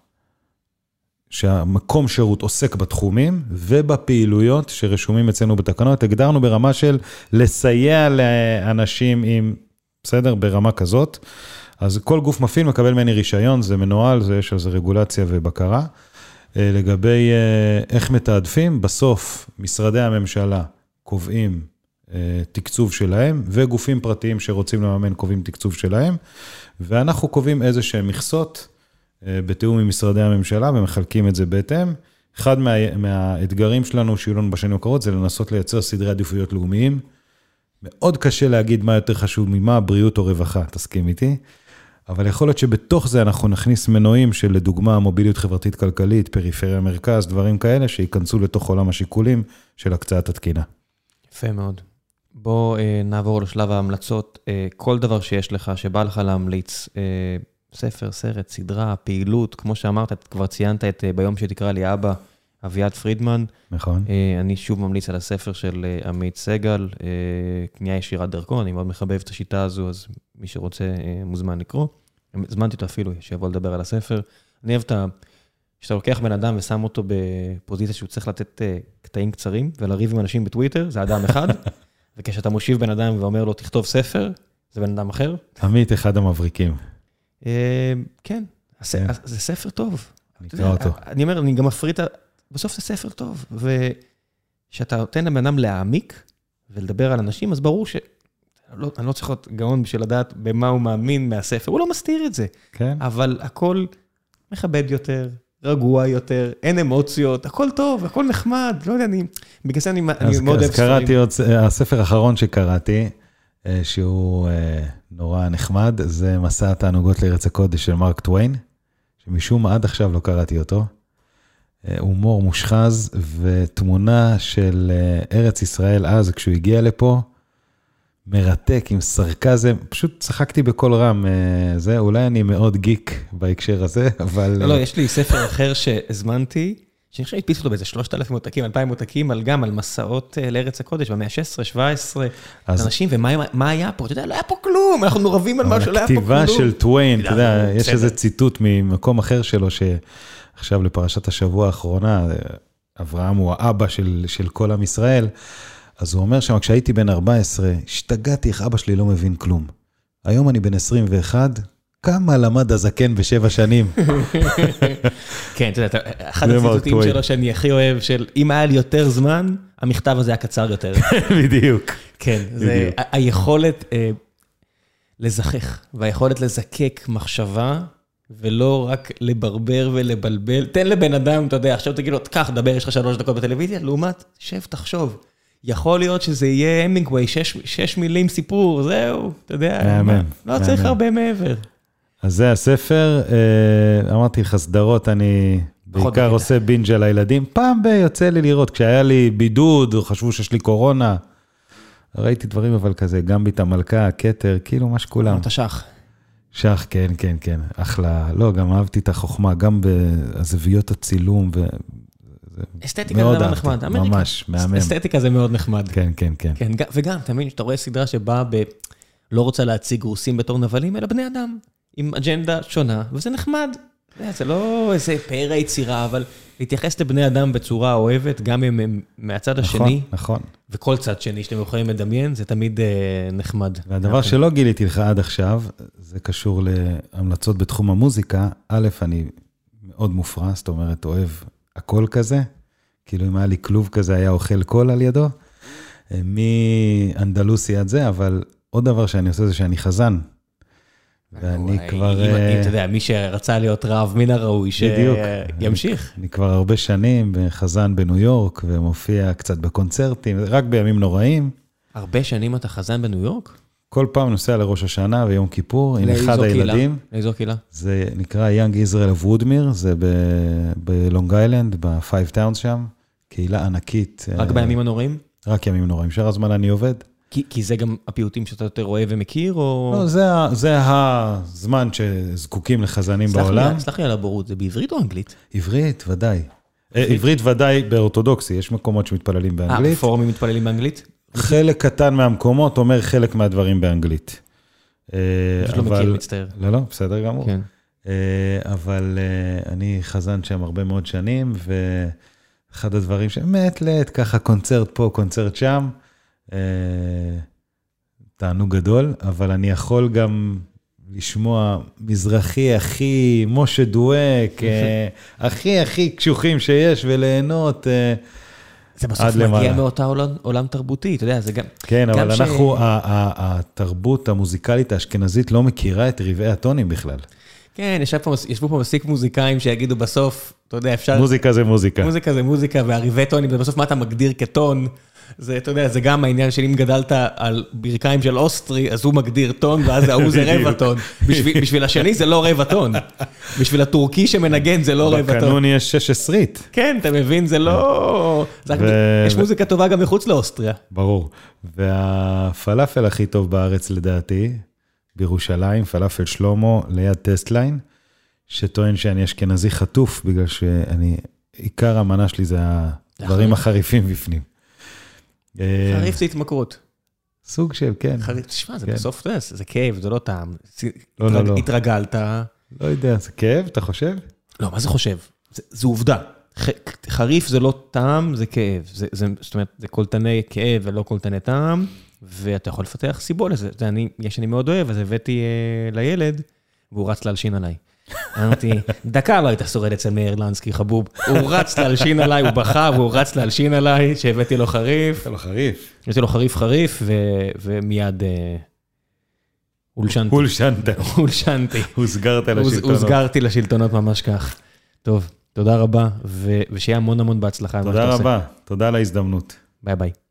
שהמקום שירות עוסק בתחומים ובפעילויות שרשומים אצלנו בתקנות. הגדרנו ברמה של לסייע לאנשים עם, בסדר, ברמה כזאת. אז כל גוף מפעיל מקבל ממני רישיון, זה מנוהל, יש על זה רגולציה ובקרה. לגבי איך מתעדפים, בסוף משרדי הממשלה קובעים תקצוב שלהם, וגופים פרטיים שרוצים לממן קובעים תקצוב שלהם, ואנחנו קובעים איזה שהם מכסות בתיאום עם משרדי הממשלה, ומחלקים את זה בהתאם. אחד מהאתגרים שלנו שיהיו לנו בשנים הקרובות, זה לנסות לייצר סדרי עדיפויות לאומיים. מאוד קשה להגיד מה יותר חשוב ממה, בריאות או רווחה, תסכים איתי. אבל יכול להיות שבתוך זה אנחנו נכניס מנועים של לדוגמה מוביליות חברתית כלכלית, פריפריה מרכז, דברים כאלה שיכנסו לתוך עולם השיקולים של הקצאת התקינה. יפה מאוד. בוא נעבור לשלב ההמלצות. כל דבר שיש לך, שבא לך להמליץ, ספר, סרט, סדרה, פעילות, כמו שאמרת, את כבר ציינת את ביום שתקרא לי אבא, אביעד פרידמן. נכון. אני שוב ממליץ על הספר של עמית סגל, קנייה ישירת דרכו, אני מאוד מחבב את השיטה הזו, אז מי שרוצה מוזמן לקרוא. הזמנתי אותו אפילו, שיבוא לדבר על הספר. אני אוהב שאתה לוקח בן אדם ושם אותו בפוזיציה שהוא צריך לתת קטעים קצרים, ולריב עם אנשים בטוויטר, זה אדם אחד, וכשאתה מושיב בן אדם ואומר לו, תכתוב ספר, זה בן אדם אחר. עמית, אחד המבריקים. כן, זה ספר טוב. נקרא אותו. אני אומר, אני גם מפריט, בסוף זה ספר טוב, ושאתה נותן לבן אדם להעמיק, ולדבר על אנשים, אז ברור אני לא צריך להיות גאון בשביל לדעת במה הוא מאמין מהספר, הוא לא מסתיר את זה. כן. אבל הכל מכבד יותר, רגוע יותר, אין אמוציות, הכל טוב, הכל נחמד, לא יודע, בגלל זה אני מאוד אוהב ספרים. אז קראתי, הספר האחרון שקראתי, שהוא נורא נחמד, זה מסע התענוגות לארץ הקודש של מרק טוויין, שמשום מה עד עכשיו לא קראתי אותו. הומור מושחז ותמונה של ארץ ישראל אז, כשהוא הגיע לפה, מרתק עם סרקזם, פשוט צחקתי בכל רם, זה, אולי אני מאוד גיק בהקשר הזה, אבל... לא, יש לי ספר אחר שהזמנתי, שאני חושב שהדפיסו אותו באיזה 3,000 עותקים, 2,000 עותקים, גם על מסעות לארץ הקודש, במאה ה-16, 17, אנשים, ומה היה פה? אתה יודע, לא היה פה כלום, אנחנו נורבים על משהו, לא היה פה כלום. הכתיבה של טוויין, אתה יודע, יש איזה ציטוט ממקום אחר שלו, שעכשיו לפרשת השבוע האחרונה, אברהם הוא האבא של כל עם ישראל, אז הוא אומר שם, כשהייתי בן 14, השתגעתי איך אבא שלי לא מבין כלום. היום אני בן 21, כמה למד הזקן ב7 שנים. כן, אתה יודע, אחד הציטוטים שלו שאני הכי אוהב, של אם היה לי יותר זמן, המכתב הזה היה קצר יותר. בדיוק. כן, זה היכולת לזכך, והיכולת לזקק מחשבה, ולא רק לברבר ולבלבל. תן לבן אדם, אתה יודע, עכשיו תגיד לו, קח, דבר, יש לך 3 דקות בטלוויזיה, לעומת, שב, תחשוב. יכול להיות שזה יהיה המינגווי, 6 מילים סיפור, זהו, אתה יודע, לא צריך הרבה מעבר. אז זה הספר, אמרתי לך, סדרות, אני בעיקר עושה בינג' על הילדים, פעם יוצא לי לראות, כשהיה לי בידוד, חשבו שיש לי קורונה, ראיתי דברים אבל כזה, גם בית המלכה, כתר, כאילו מה שכולם. אתה שח. שח, כן, כן, כן, אחלה, לא, גם אהבתי את החוכמה, גם בזוויות הצילום, אסתטיקה זה דבר נחמד, ממש, מהמם. אסתטיקה זה מאוד נחמד. כן, כן, כן. וגם, אתה מבין, שאתה רואה סדרה שבאה לא רוצה להציג רוסים בתור נבלים, אלא בני אדם, עם אג'נדה שונה, וזה נחמד. זה לא איזה פאר היצירה, אבל להתייחס לבני אדם בצורה אוהבת, גם אם מהצד השני, נכון. וכל צד שני שאתם יכולים לדמיין, זה תמיד נחמד. והדבר שלא גיליתי לך עד עכשיו, זה קשור להמלצות בתחום המוזיקה. א', אני מאוד מופרע, זאת אומרת, אוהב הכל כזה, כאילו אם היה לי כלוב כזה, היה אוכל קול על ידו, מאנדלוסי עד זה, אבל עוד דבר שאני עושה זה שאני חזן, ואני כבר... אם אתה יודע, מי שרצה להיות רב, מן הראוי שימשיך. אני כבר הרבה שנים בחזן בניו יורק, ומופיע קצת בקונצרטים, רק בימים נוראים. הרבה שנים אתה חזן בניו יורק? כל פעם נוסע לראש השנה ויום כיפור, עם אחד הילדים. לאיזו קהילה? זה נקרא Young Israel of Woodmere, זה בלונג איילנד, ב5 טאונס שם, קהילה ענקית. רק בימים הנוראים? רק ימים נוראים, שאר הזמן אני עובד. כי זה גם הפיוטים שאתה יותר רואה ומכיר, או... לא, זה הזמן שזקוקים לחזנים בעולם. סלח לי על הבורות, זה בעברית או אנגלית? עברית, ודאי. עברית ודאי באורתודוקסי, יש מקומות שמתפללים באנגלית. פורומים מתפללים באנגלית? חלק קטן מהמקומות אומר חלק מהדברים באנגלית. פשוט לא מכיר, מצטער. לא, בסדר גמור. אבל אני חזן שם הרבה מאוד שנים, ואחד הדברים שמעת לעת, ככה קונצרט פה, קונצרט שם, תענוג גדול, אבל אני יכול גם לשמוע מזרחי הכי משה דואק, הכי קשוחים שיש, וליהנות זה בסוף מגיע מאותה עולם תרבותי, אתה יודע, זה גם... כן, אבל אנחנו, התרבות המוזיקלית האשכנזית לא מכירה את רבעי הטונים בכלל. כן, ישבו פה מספיק מוזיקאים שיגידו בסוף, אתה יודע, אפשר... מוזיקה זה מוזיקה. מוזיקה זה מוזיקה, והרבעי טונים, ובסוף מה אתה מגדיר כטון, זה, אתה יודע, זה גם העניין של אם גדלת על ברכיים של אוסטרי, אז הוא מגדיר טון, ואז ההוא זה רבע טון. בשביל השני זה לא רבע טון. בשביל הטורקי שמנגן זה לא רבע טון. בקנון יש 6 עשרית. כן, אתה מבין, זה לא... יש מוזיקה טובה גם מחוץ לאוסטריה. ברור. והפלאפל הכי טוב בארץ לדעתי, בירושלים, פלאפל שלמה, ליד טסטליין, שטוען שאני אשכנזי חטוף, בגלל עיקר המנה שלי זה הדברים החריפים בפנים. חריף זה התמכרות. סוג של, כן. תשמע, זה בסוף, זה כאב, זה לא טעם. לא. התרגלת. לא יודע, זה כאב, אתה חושב? לא, מה זה חושב? זה עובדה. חריף זה לא טעם, זה כאב. זאת אומרת, זה קולטני כאב ולא קולטני טעם, ואתה יכול לפתח סיבול לזה. יש אני מאוד אוהב, אז הבאתי לילד, והוא רץ להלשין עליי. אמרתי, דקה לא היית שורד אצל מאיר לנסקי חבוב, הוא רץ להלשין עליי, הוא בכה והוא רץ להלשין עליי, שהבאתי לו חריף. הבאתי לו חריף, ומיד הולשנתי. הוסגרתי לשלטונות ממש כך. טוב, תודה רבה, ושיהיה המון המון בהצלחה. תודה רבה, תודה על ההזדמנות. ביי ביי.